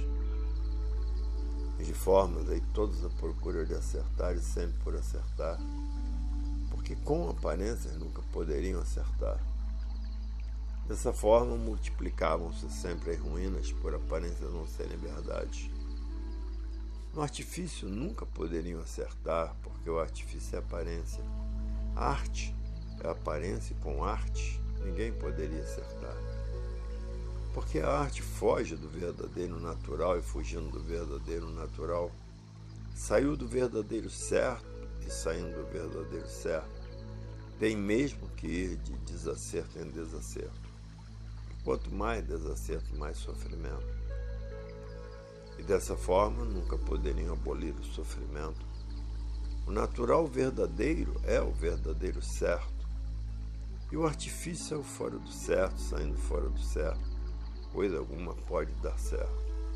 E de formas aí todos à procura de acertar e sempre por acertar, porque com aparências nunca poderiam acertar. Dessa forma multiplicavam-se sempre as ruínas por aparências não serem verdades. No artifício nunca poderiam acertar, porque o artifício é aparência. A arte é aparência, e com arte ninguém poderia acertar. Porque a arte foge do verdadeiro natural, e fugindo do verdadeiro natural, saiu do verdadeiro certo, e saindo do verdadeiro certo, tem mesmo que ir de desacerto em desacerto. E quanto mais desacerto, mais sofrimento. E dessa forma nunca poderiam abolir o sofrimento. O natural verdadeiro é o verdadeiro certo, e o artifício é o fora do certo, saindo fora do certo, coisa alguma pode dar certo.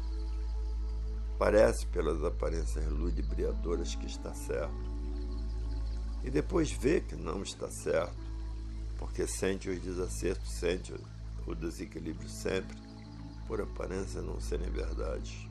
Parece pelas aparências ludibriadoras que está certo, e depois vê que não está certo, porque sente os desacertos, sente o desequilíbrio sempre, por aparência não serem verdades.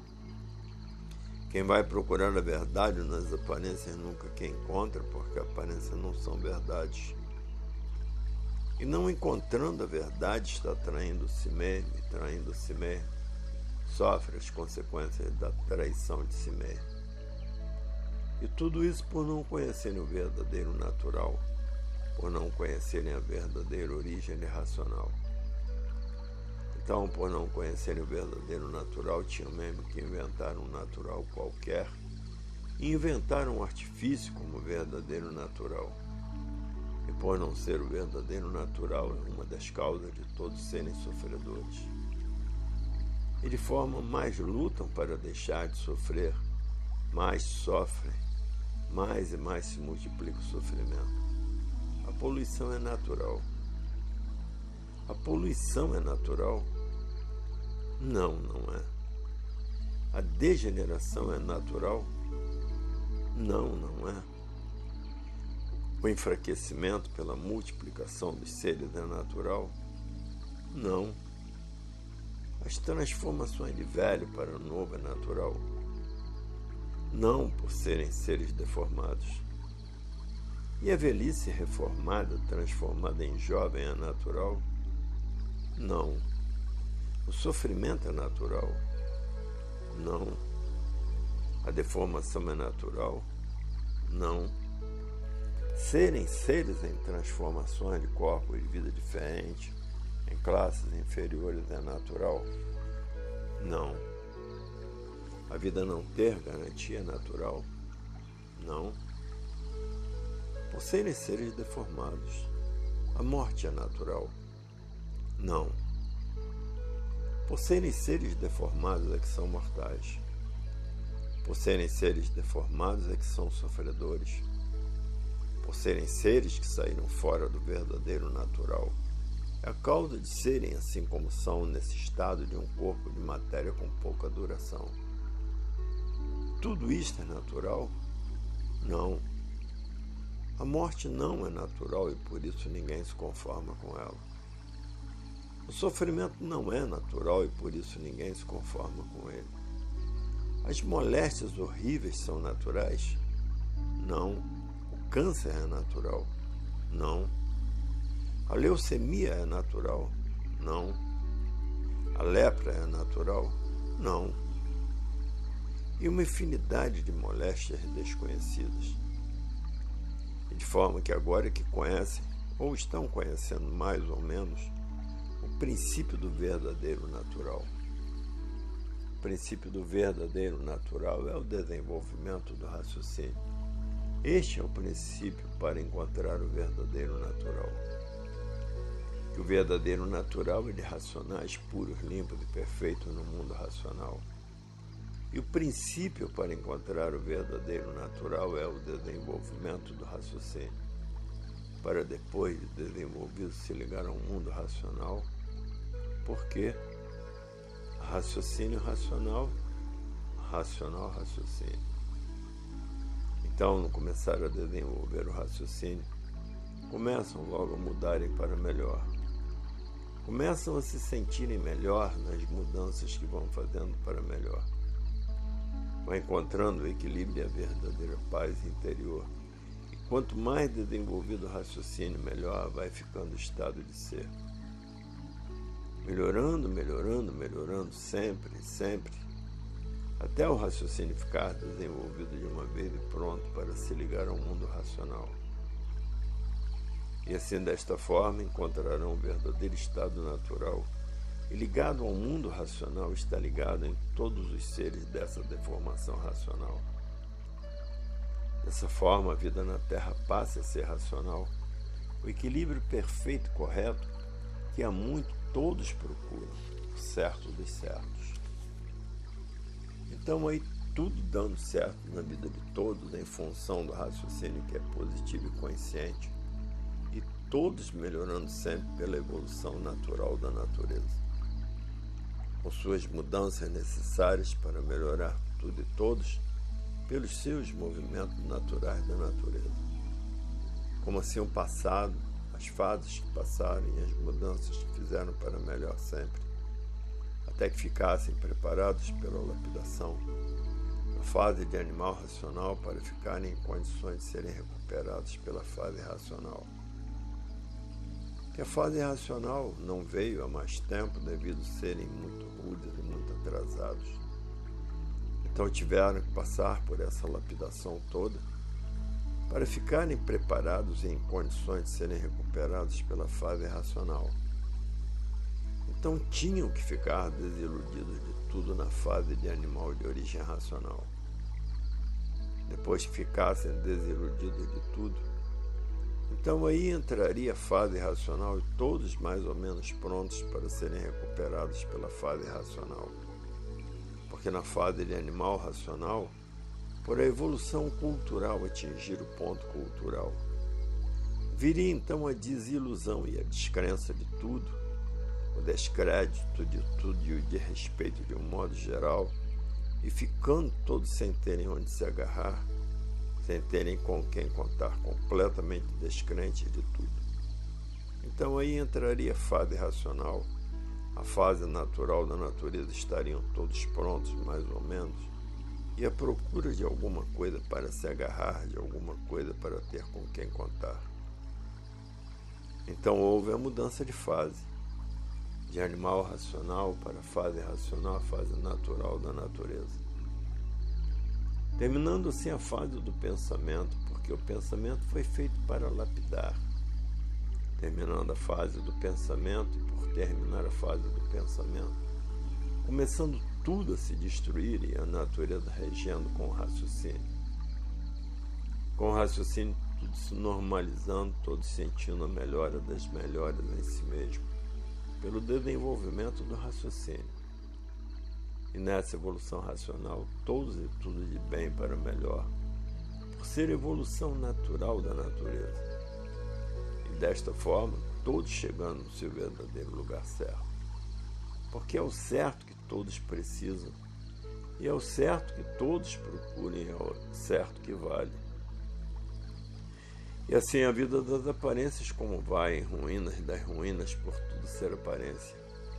Quem vai procurando a verdade nas aparências nunca que encontra, porque aparências não são verdades. E não encontrando a verdade, está traindo si mesmo, e traindo si mesmo, sofre as consequências da traição de si mesmo. E tudo isso por não conhecerem o verdadeiro natural, por não conhecerem a verdadeira origem irracional. Então, por não conhecerem o verdadeiro natural, tinham mesmo que inventar um natural qualquer e inventar um artifício como verdadeiro natural. e por não ser o verdadeiro natural, é uma das causas de todos serem sofredores. E de forma mais lutam para deixar de sofrer, mais sofrem, mais e mais se multiplica o sofrimento. A poluição é natural. A poluição é natural? Não, não é. A degeneração é natural? Não, não é. O enfraquecimento pela multiplicação dos seres é natural? Não. As transformações de velho para novo é natural? Não, por serem seres deformados. E a velhice reformada, transformada em jovem, é natural? Não. O sofrimento é natural? Não. A deformação é natural? Não. Serem seres em transformações de corpos de vida diferentes, em classes inferiores, é natural? Não. A vida não ter garantia é natural? Não. Por serem seres deformados, a morte é natural? Não. Por serem seres deformados é que são mortais. Por serem seres deformados é que são sofredores. Por serem seres que saíram fora do verdadeiro natural, é a causa de serem assim como são nesse estado de um corpo de matéria com pouca duração. Tudo isto é natural? Não. A morte não é natural e por isso ninguém se conforma com ela. O sofrimento não é natural e por isso ninguém se conforma com ele. As moléstias horríveis são naturais? Não. O câncer é natural? Não. A leucemia é natural? Não. A lepra é natural? Não. E uma infinidade de moléstias desconhecidas. E de forma que agora que conhecem, ou estão conhecendo mais ou menos, o princípio do verdadeiro natural. O princípio do verdadeiro natural é o desenvolvimento do raciocínio. Este é o princípio para encontrar o verdadeiro natural. Que o verdadeiro natural é de racionais puros, limpos e perfeitos no mundo racional. E o princípio para encontrar o verdadeiro natural é o desenvolvimento do raciocínio. Para depois de desenvolvido se ligar ao mundo racional, porque raciocínio racional, racional raciocínio. Então, no começar a desenvolver o raciocínio, começam logo a mudarem para melhor. Começam a se sentirem melhor nas mudanças que vão fazendo para melhor. Vão encontrando o equilíbrio e a verdadeira paz interior. E quanto mais desenvolvido o raciocínio, melhor vai ficando o estado de ser. Melhorando, melhorando, melhorando, sempre, sempre, até o raciocínio ficar desenvolvido de uma vez e pronto para se ligar ao mundo racional. E assim, desta forma, encontrarão o verdadeiro estado natural. E ligado ao mundo racional está ligado em todos os seres dessa deformação racional. Dessa forma, a vida na Terra passa a ser racional. O equilíbrio perfeito e correto que há muito todos procuram, o certo dos certos. Então aí tudo dando certo na vida de todos em função do raciocínio que é positivo e consciente, e todos melhorando sempre pela evolução natural da natureza, com suas mudanças necessárias para melhorar tudo e todos pelos seus movimentos naturais da natureza. Como assim o passado, as fases que passaram e as mudanças que fizeram para melhor sempre, até que ficassem preparados pela lapidação, na fase de animal racional para ficarem em condições de serem recuperados pela fase racional. Que a fase racional não veio há mais tempo devido a serem muito rudes e muito atrasados. Então tiveram que passar por essa lapidação toda para ficarem preparados e em condições de serem recuperados pela fase racional. Então tinham que ficar desiludidos de tudo na fase de animal de origem racional. Depois que ficassem desiludidos de tudo, Então aí entraria a fase racional e todos mais ou menos prontos para serem recuperados pela fase racional. Porque na fase de animal racional, por a evolução cultural atingir o ponto cultural, viria então a desilusão e a descrença de tudo, o descrédito de tudo e o desrespeito de um modo geral, e ficando todos sem terem onde se agarrar, sem terem com quem contar, completamente descrentes de tudo. Então aí entraria a fase racional, a fase natural da natureza, estariam todos prontos, mais ou menos, e à procura de alguma coisa para se agarrar, de alguma coisa para ter com quem contar. Então houve a mudança de fase, de animal racional para a fase racional, a fase natural da natureza. Terminando assim a fase do pensamento, porque o pensamento foi feito para lapidar. Terminando a fase do pensamento, e por terminar a fase do pensamento, começando tudo a se destruir e a natureza regendo com o raciocínio. Com o raciocínio tudo se normalizando, todos sentindo a melhora das melhoras em si mesmo, pelo desenvolvimento do raciocínio. E nessa evolução racional, todos e tudo de bem para melhor, por ser evolução natural da natureza. E desta forma, todos chegando no seu verdadeiro lugar certo. Porque é o certo que todos precisam, e é o certo que todos procurem, é o certo que vale. E assim a vida das aparências como vai, em ruínas das ruínas, por tudo ser aparência.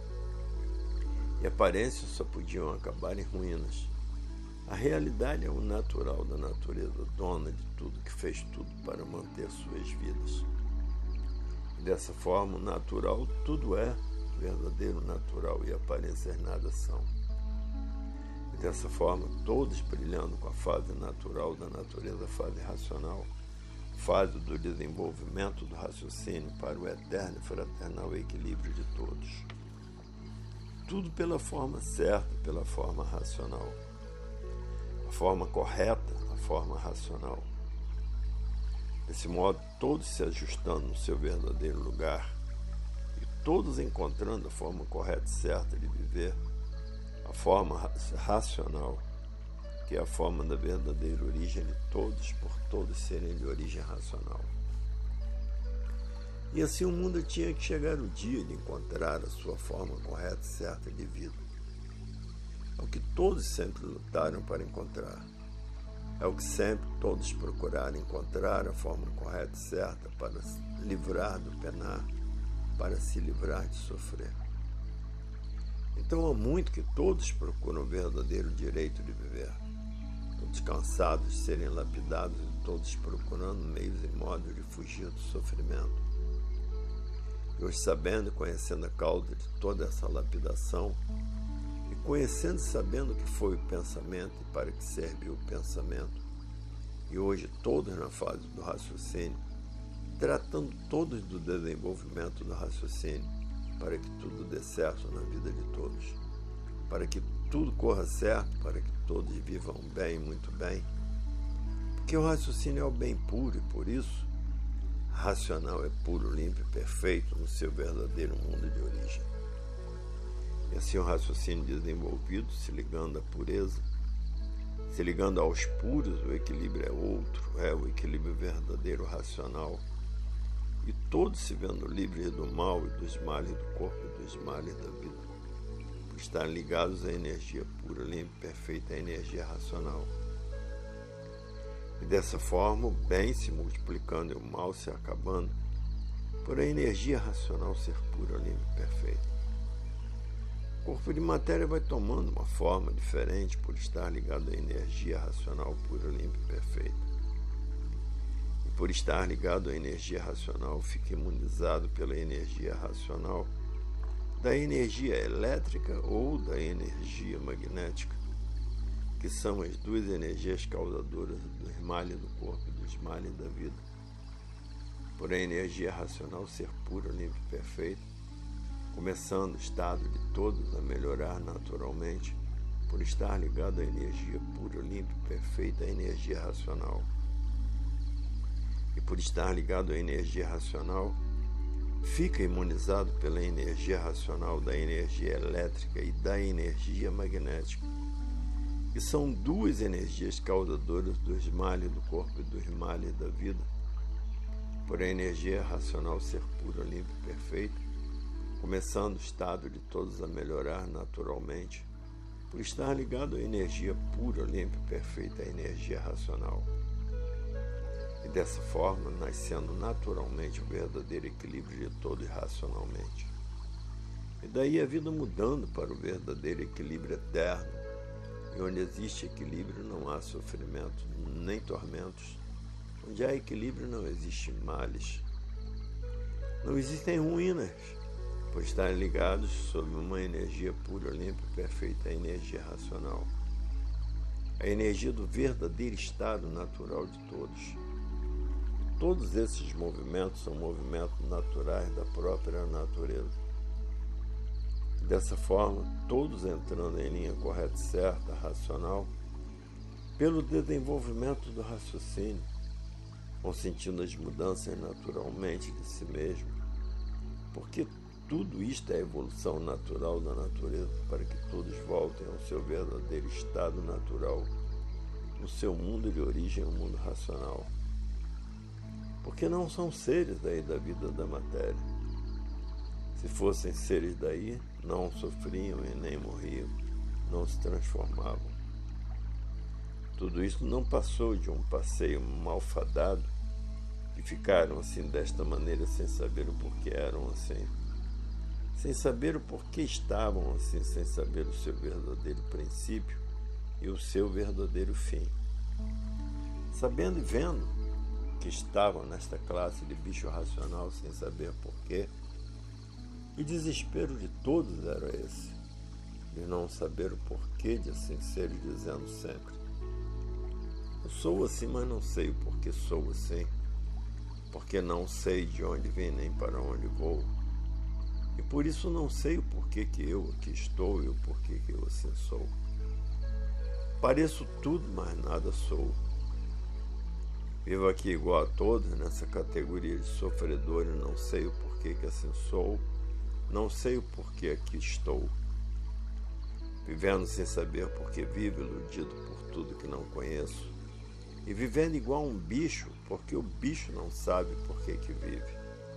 E aparências só podiam acabar em ruínas. A realidade é o natural da natureza, dona de tudo, que fez tudo para manter suas vidas. E dessa forma, o natural tudo é, verdadeiro natural, e aparências nada são. E dessa forma, todos brilhando com a fase natural da natureza, a fase racional, fase do desenvolvimento do raciocínio para o eterno e fraternal equilíbrio de todos. Tudo pela forma certa, pela forma racional. A forma correta, a forma racional. Desse modo, todos se ajustando no seu verdadeiro lugar e todos encontrando a forma correta e certa de viver, a forma racional, que é a forma da verdadeira origem de todos, por todos serem de origem racional. E assim o mundo tinha que chegar o dia de encontrar a sua forma correta e certa de vida. É o que todos sempre lutaram para encontrar. É o que sempre todos procuraram encontrar, a forma correta e certa para se livrar do penar, para se livrar de sofrer. Então há muito que todos procuram o verdadeiro direito de viver. Todos cansados de serem lapidados e todos procurando meios e modos de fugir do sofrimento. E hoje, sabendo e conhecendo a causa de toda essa lapidação, e conhecendo e sabendo o que foi o pensamento e para que serviu o pensamento, e hoje todos na fase do raciocínio, tratando todos do desenvolvimento do raciocínio, para que tudo dê certo na vida de todos, para que tudo corra certo, para que todos vivam bem, muito bem, porque o raciocínio é o bem puro e por isso racional é puro, limpo e perfeito no seu verdadeiro mundo de origem. E assim o raciocínio desenvolvido, se ligando à pureza, se ligando aos puros, o equilíbrio é outro, é o equilíbrio verdadeiro racional. E todos se vendo livres do mal e dos males do corpo e dos males da vida, por estarem ligados à energia pura, limpa e perfeita, à energia racional. E dessa forma o bem se multiplicando e o mal se acabando, por a energia racional ser pura, limpa e perfeita. O corpo de matéria vai tomando uma forma diferente por estar ligado à energia racional pura, limpa e perfeita. E por estar ligado à energia racional, fica imunizado pela energia racional da energia elétrica ou da energia magnética, que são as duas energias causadoras dos males do corpo e dos males da vida. Por a energia racional ser pura, limpa e perfeita, começando o estado de todos a melhorar naturalmente, por estar ligado à energia pura, limpa e perfeita, à energia racional. e por estar ligado à energia racional, fica imunizado pela energia racional da energia elétrica e da energia magnética, que são duas energias causadoras dos males do corpo e dos males da vida. Por a energia racional ser pura, limpa e perfeita, começando o estado de todos a melhorar naturalmente, por estar ligado à energia pura, limpa e perfeita, a energia racional. E dessa forma, nascendo naturalmente o verdadeiro equilíbrio de todo irracionalmente. E daí a vida mudando para o verdadeiro equilíbrio eterno, e onde existe equilíbrio não há sofrimento nem tormentos, onde há equilíbrio não existe males. Não existem ruínas, por estarem ligados sob uma energia pura, limpa e perfeita, a energia racional. A energia do verdadeiro estado natural de todos. E todos esses movimentos são movimentos naturais da própria natureza. Dessa forma, todos entrando em linha correta e certa, racional, pelo desenvolvimento do raciocínio, vão sentindo as mudanças naturalmente de si mesmo, porque tudo isto é a evolução natural da natureza, para que todos voltem ao seu verdadeiro estado natural, no seu mundo de origem, o mundo racional. Porque não são seres daí da vida da matéria. Se fossem seres daí, não sofriam e nem morriam, não se transformavam. Tudo isso não passou de um passeio malfadado, que ficaram assim desta maneira sem saber o porquê eram assim. Sem saber o porquê estavam assim, sem saber o seu verdadeiro princípio e o seu verdadeiro fim. Sabendo e vendo que estavam nesta classe de bicho racional sem saber porquê, e desespero de todos era esse, de não saber o porquê de assim ser, dizendo sempre: eu sou assim, mas não sei o porquê sou assim, porque não sei de onde vim nem para onde vou. E por isso não sei o porquê que eu aqui estou e o porquê que eu assim sou. Pareço tudo, mas nada sou. Vivo aqui igual a todos, nessa categoria de sofredor, e não sei o porquê que assim sou, não sei o porquê aqui estou. Vivendo sem saber porquê vivo, iludido por tudo que não conheço, e vivendo igual a um bicho, porque o bicho não sabe porquê que vive.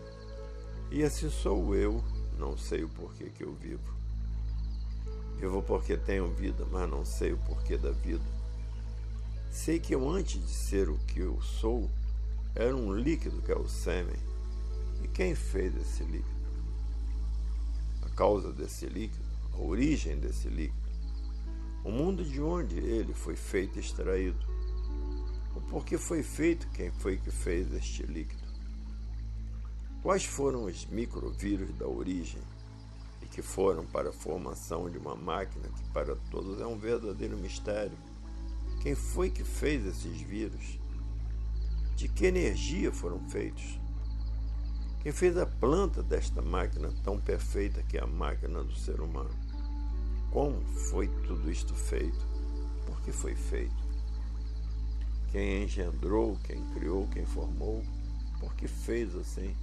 E assim sou eu, não sei o porquê que eu vivo. Vivo porque tenho vida, mas não sei o porquê da vida. Sei que eu, antes de ser o que eu sou, era um líquido que é o sêmen. E quem fez esse líquido? A causa desse líquido, a origem desse líquido, o mundo de onde ele foi feito e extraído, o porquê foi feito, quem foi que fez este líquido. Quais foram os microvírus da origem e que foram para a formação de uma máquina que para todos é um verdadeiro mistério? Quem foi que fez esses vírus? De que energia foram feitos? Quem fez a planta desta máquina tão perfeita que é a máquina do ser humano? Como foi tudo isto feito? Por que foi feito? Quem engendrou, quem criou, quem formou? Por que fez assim?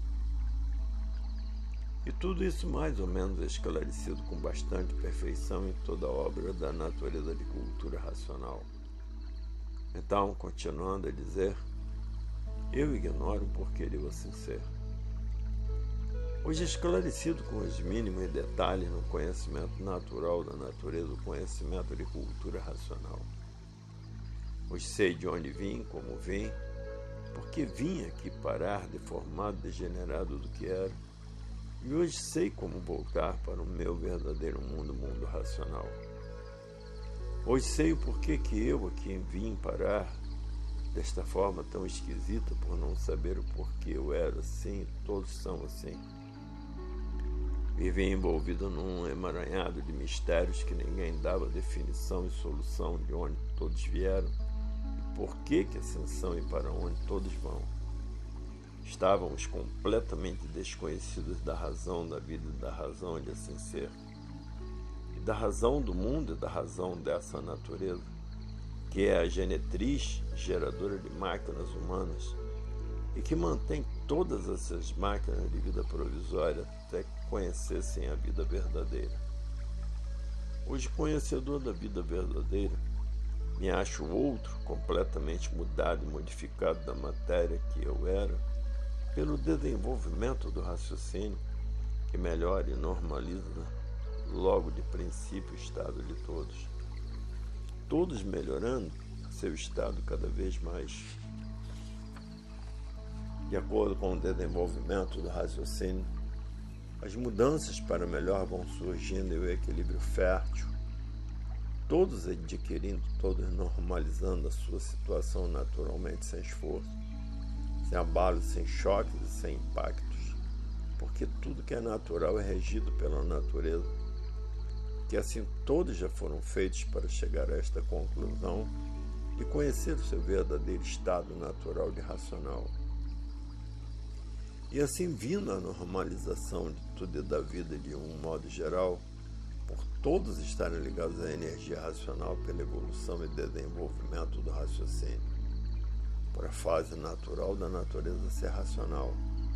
E tudo isso mais ou menos esclarecido com bastante perfeição em toda a obra da natureza de cultura racional. Então, continuando a dizer, eu ignoro o porquê de assim ser. Hoje esclarecido com os mínimos detalhes no conhecimento natural da natureza, o conhecimento de cultura racional. Hoje sei de onde vim, como vim, porque vim aqui parar, deformado, degenerado do que era, e hoje sei como voltar para o meu verdadeiro mundo, mundo racional. Hoje sei o porquê que eu aqui vim parar desta forma tão esquisita, por não saber o porquê eu era assim, todos são assim. Vivi envolvido num emaranhado de mistérios que ninguém dava definição e solução de onde todos vieram e por que que assim são e para onde todos vão. Estávamos completamente desconhecidos da razão da vida e da razão de assim ser. E da razão do mundo e da razão dessa natureza, que é a genetriz geradora de máquinas humanas, e que mantém todas essas máquinas de vida provisória até que conhecessem a vida verdadeira. Hoje, conhecedor da vida verdadeira, me acho outro, completamente mudado e modificado da matéria que eu era, pelo desenvolvimento do raciocínio, que melhora e normaliza logo de princípio o estado de todos. Todos melhorando seu estado cada vez mais. De acordo com o desenvolvimento do raciocínio, as mudanças para melhor vão surgindo e o equilíbrio fértil, todos adquirindo, todos normalizando a sua situação naturalmente sem esforço, sem abalos, sem choques e sem impactos, porque tudo que é natural é regido pela natureza, que assim todos já foram feitos para chegar a esta conclusão de conhecer o seu verdadeiro estado natural de racional. E assim, vindo a normalização de tudo e da vida de um modo geral, por todos estarem ligados à energia racional pela evolução e desenvolvimento do raciocínio, por a fase natural da natureza ser racional.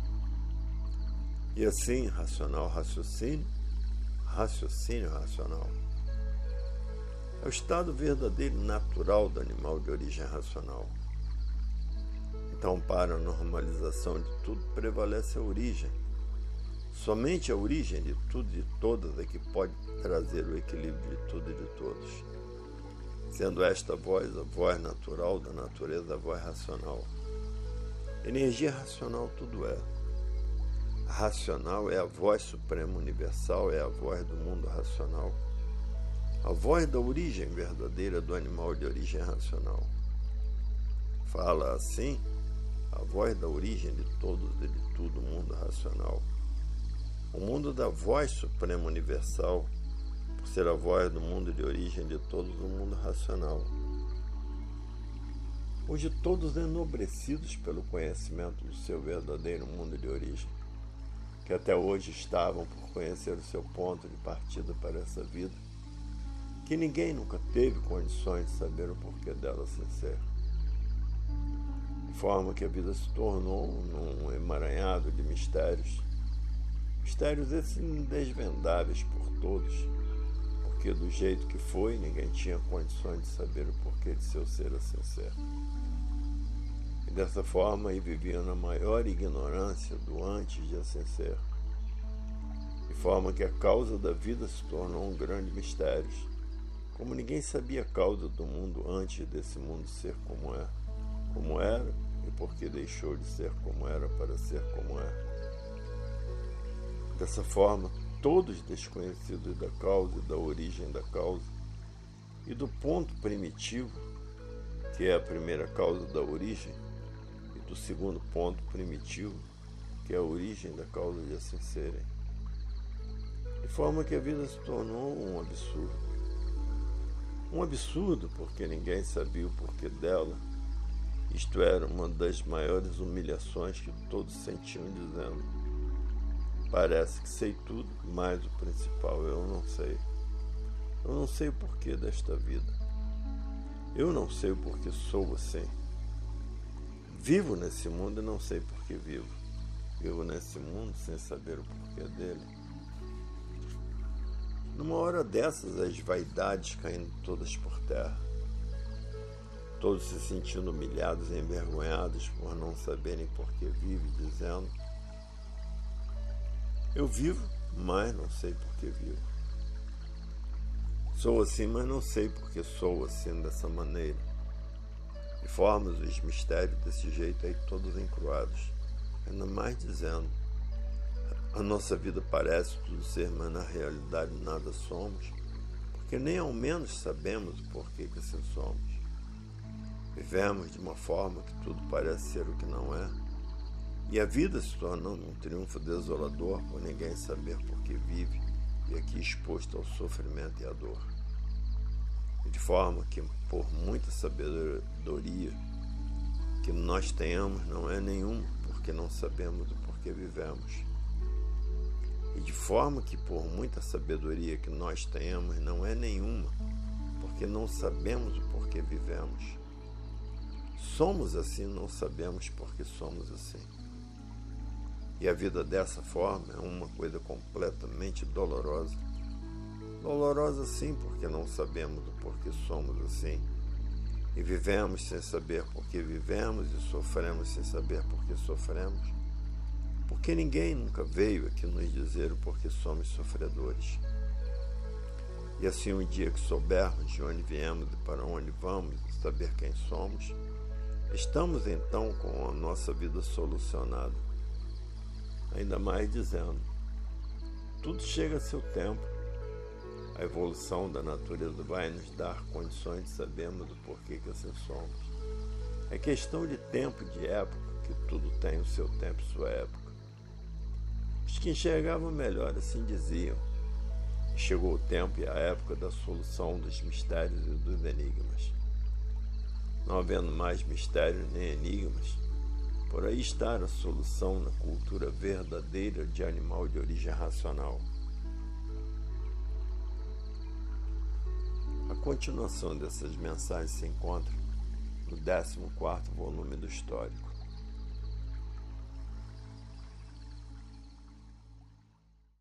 E assim, racional, raciocínio, raciocínio racional. É o estado verdadeiro e natural do animal de origem racional. Então, para a normalização de tudo, prevalece a origem. Somente a origem de tudo e de todas é que pode trazer o equilíbrio de tudo e de todos. Sendo esta voz a voz natural da natureza, a voz racional. Energia racional tudo é. A racional é a voz suprema universal, é a voz do mundo racional. A voz da origem verdadeira do animal de origem racional. Fala assim a voz da origem de todos e de tudo o mundo racional. O mundo da voz suprema universal, por ser a voz do mundo de origem de todos o mundo racional. Hoje todos enobrecidos pelo conhecimento do seu verdadeiro mundo de origem, que até hoje estavam por conhecer o seu ponto de partida para essa vida, que ninguém nunca teve condições de saber o porquê dela sem ser. De forma que a vida se tornou num emaranhado de mistérios, mistérios esses indesvendáveis por todos, porque do jeito que foi, ninguém tinha condições de saber o porquê de seu ser assim ser. E dessa forma aí viviam na maior ignorância do antes de assim ser, de forma que a causa da vida se tornou um grande mistério, como ninguém sabia a causa do mundo antes desse mundo ser como é, como era, e porque deixou de ser como era para ser como é. Dessa forma, todos desconhecidos da causa e da origem da causa, e do ponto primitivo, que é a primeira causa da origem, e do segundo ponto primitivo, que é a origem da causa de assim serem. De forma que a vida se tornou um absurdo. Um absurdo porque ninguém sabia o porquê dela. Isto era uma das maiores humilhações que todos sentiam, dizendo: parece que sei tudo, mas o principal eu não sei. Eu não sei o porquê desta vida. Eu não sei o porquê sou assim. Vivo nesse mundo e não sei porquê vivo. Vivo nesse mundo sem saber o porquê dele. Numa hora dessas, as vaidades caindo todas por terra. Todos se sentindo humilhados e envergonhados por não saberem por que vive, dizendo: eu vivo, mas não sei por que vivo. Sou assim, mas não sei por que sou assim dessa maneira. E formamos os mistérios desse jeito aí todos encruados, ainda mais dizendo: a nossa vida parece tudo ser, mas na realidade nada somos, porque nem ao menos sabemos o porquê que assim somos. Vivemos de uma forma que tudo parece ser o que não é, e a vida se tornando um triunfo desolador por ninguém saber por que vive e aqui exposto ao sofrimento e à dor. E de forma que, por muita sabedoria que nós tenhamos, não é nenhuma, porque não sabemos o porquê vivemos. E de forma que, por muita sabedoria que nós tenhamos, não é nenhuma, porque não sabemos o porquê vivemos. Somos assim, não sabemos por que somos assim. E a vida dessa forma é uma coisa completamente dolorosa. Dolorosa sim, porque não sabemos do porquê somos assim. E vivemos sem saber por que vivemos e sofremos sem saber por que sofremos. Porque ninguém nunca veio aqui nos dizer o porquê somos sofredores. E assim, um dia que soubermos de onde viemos e para onde vamos, e saber quem somos, estamos então com a nossa vida solucionada. Ainda mais dizendo, tudo chega a seu tempo. A evolução da natureza vai nos dar condições de sabermos do porquê que assim somos. É questão de tempo e de época, que tudo tem o seu tempo e sua época. Os que enxergavam melhor assim diziam. E chegou o tempo e a época da solução dos mistérios e dos enigmas. Não havendo mais mistérios nem enigmas, por aí está a solução na cultura verdadeira de animal de origem racional. A continuação dessas mensagens se encontra no décimo quarto volume do Histórico.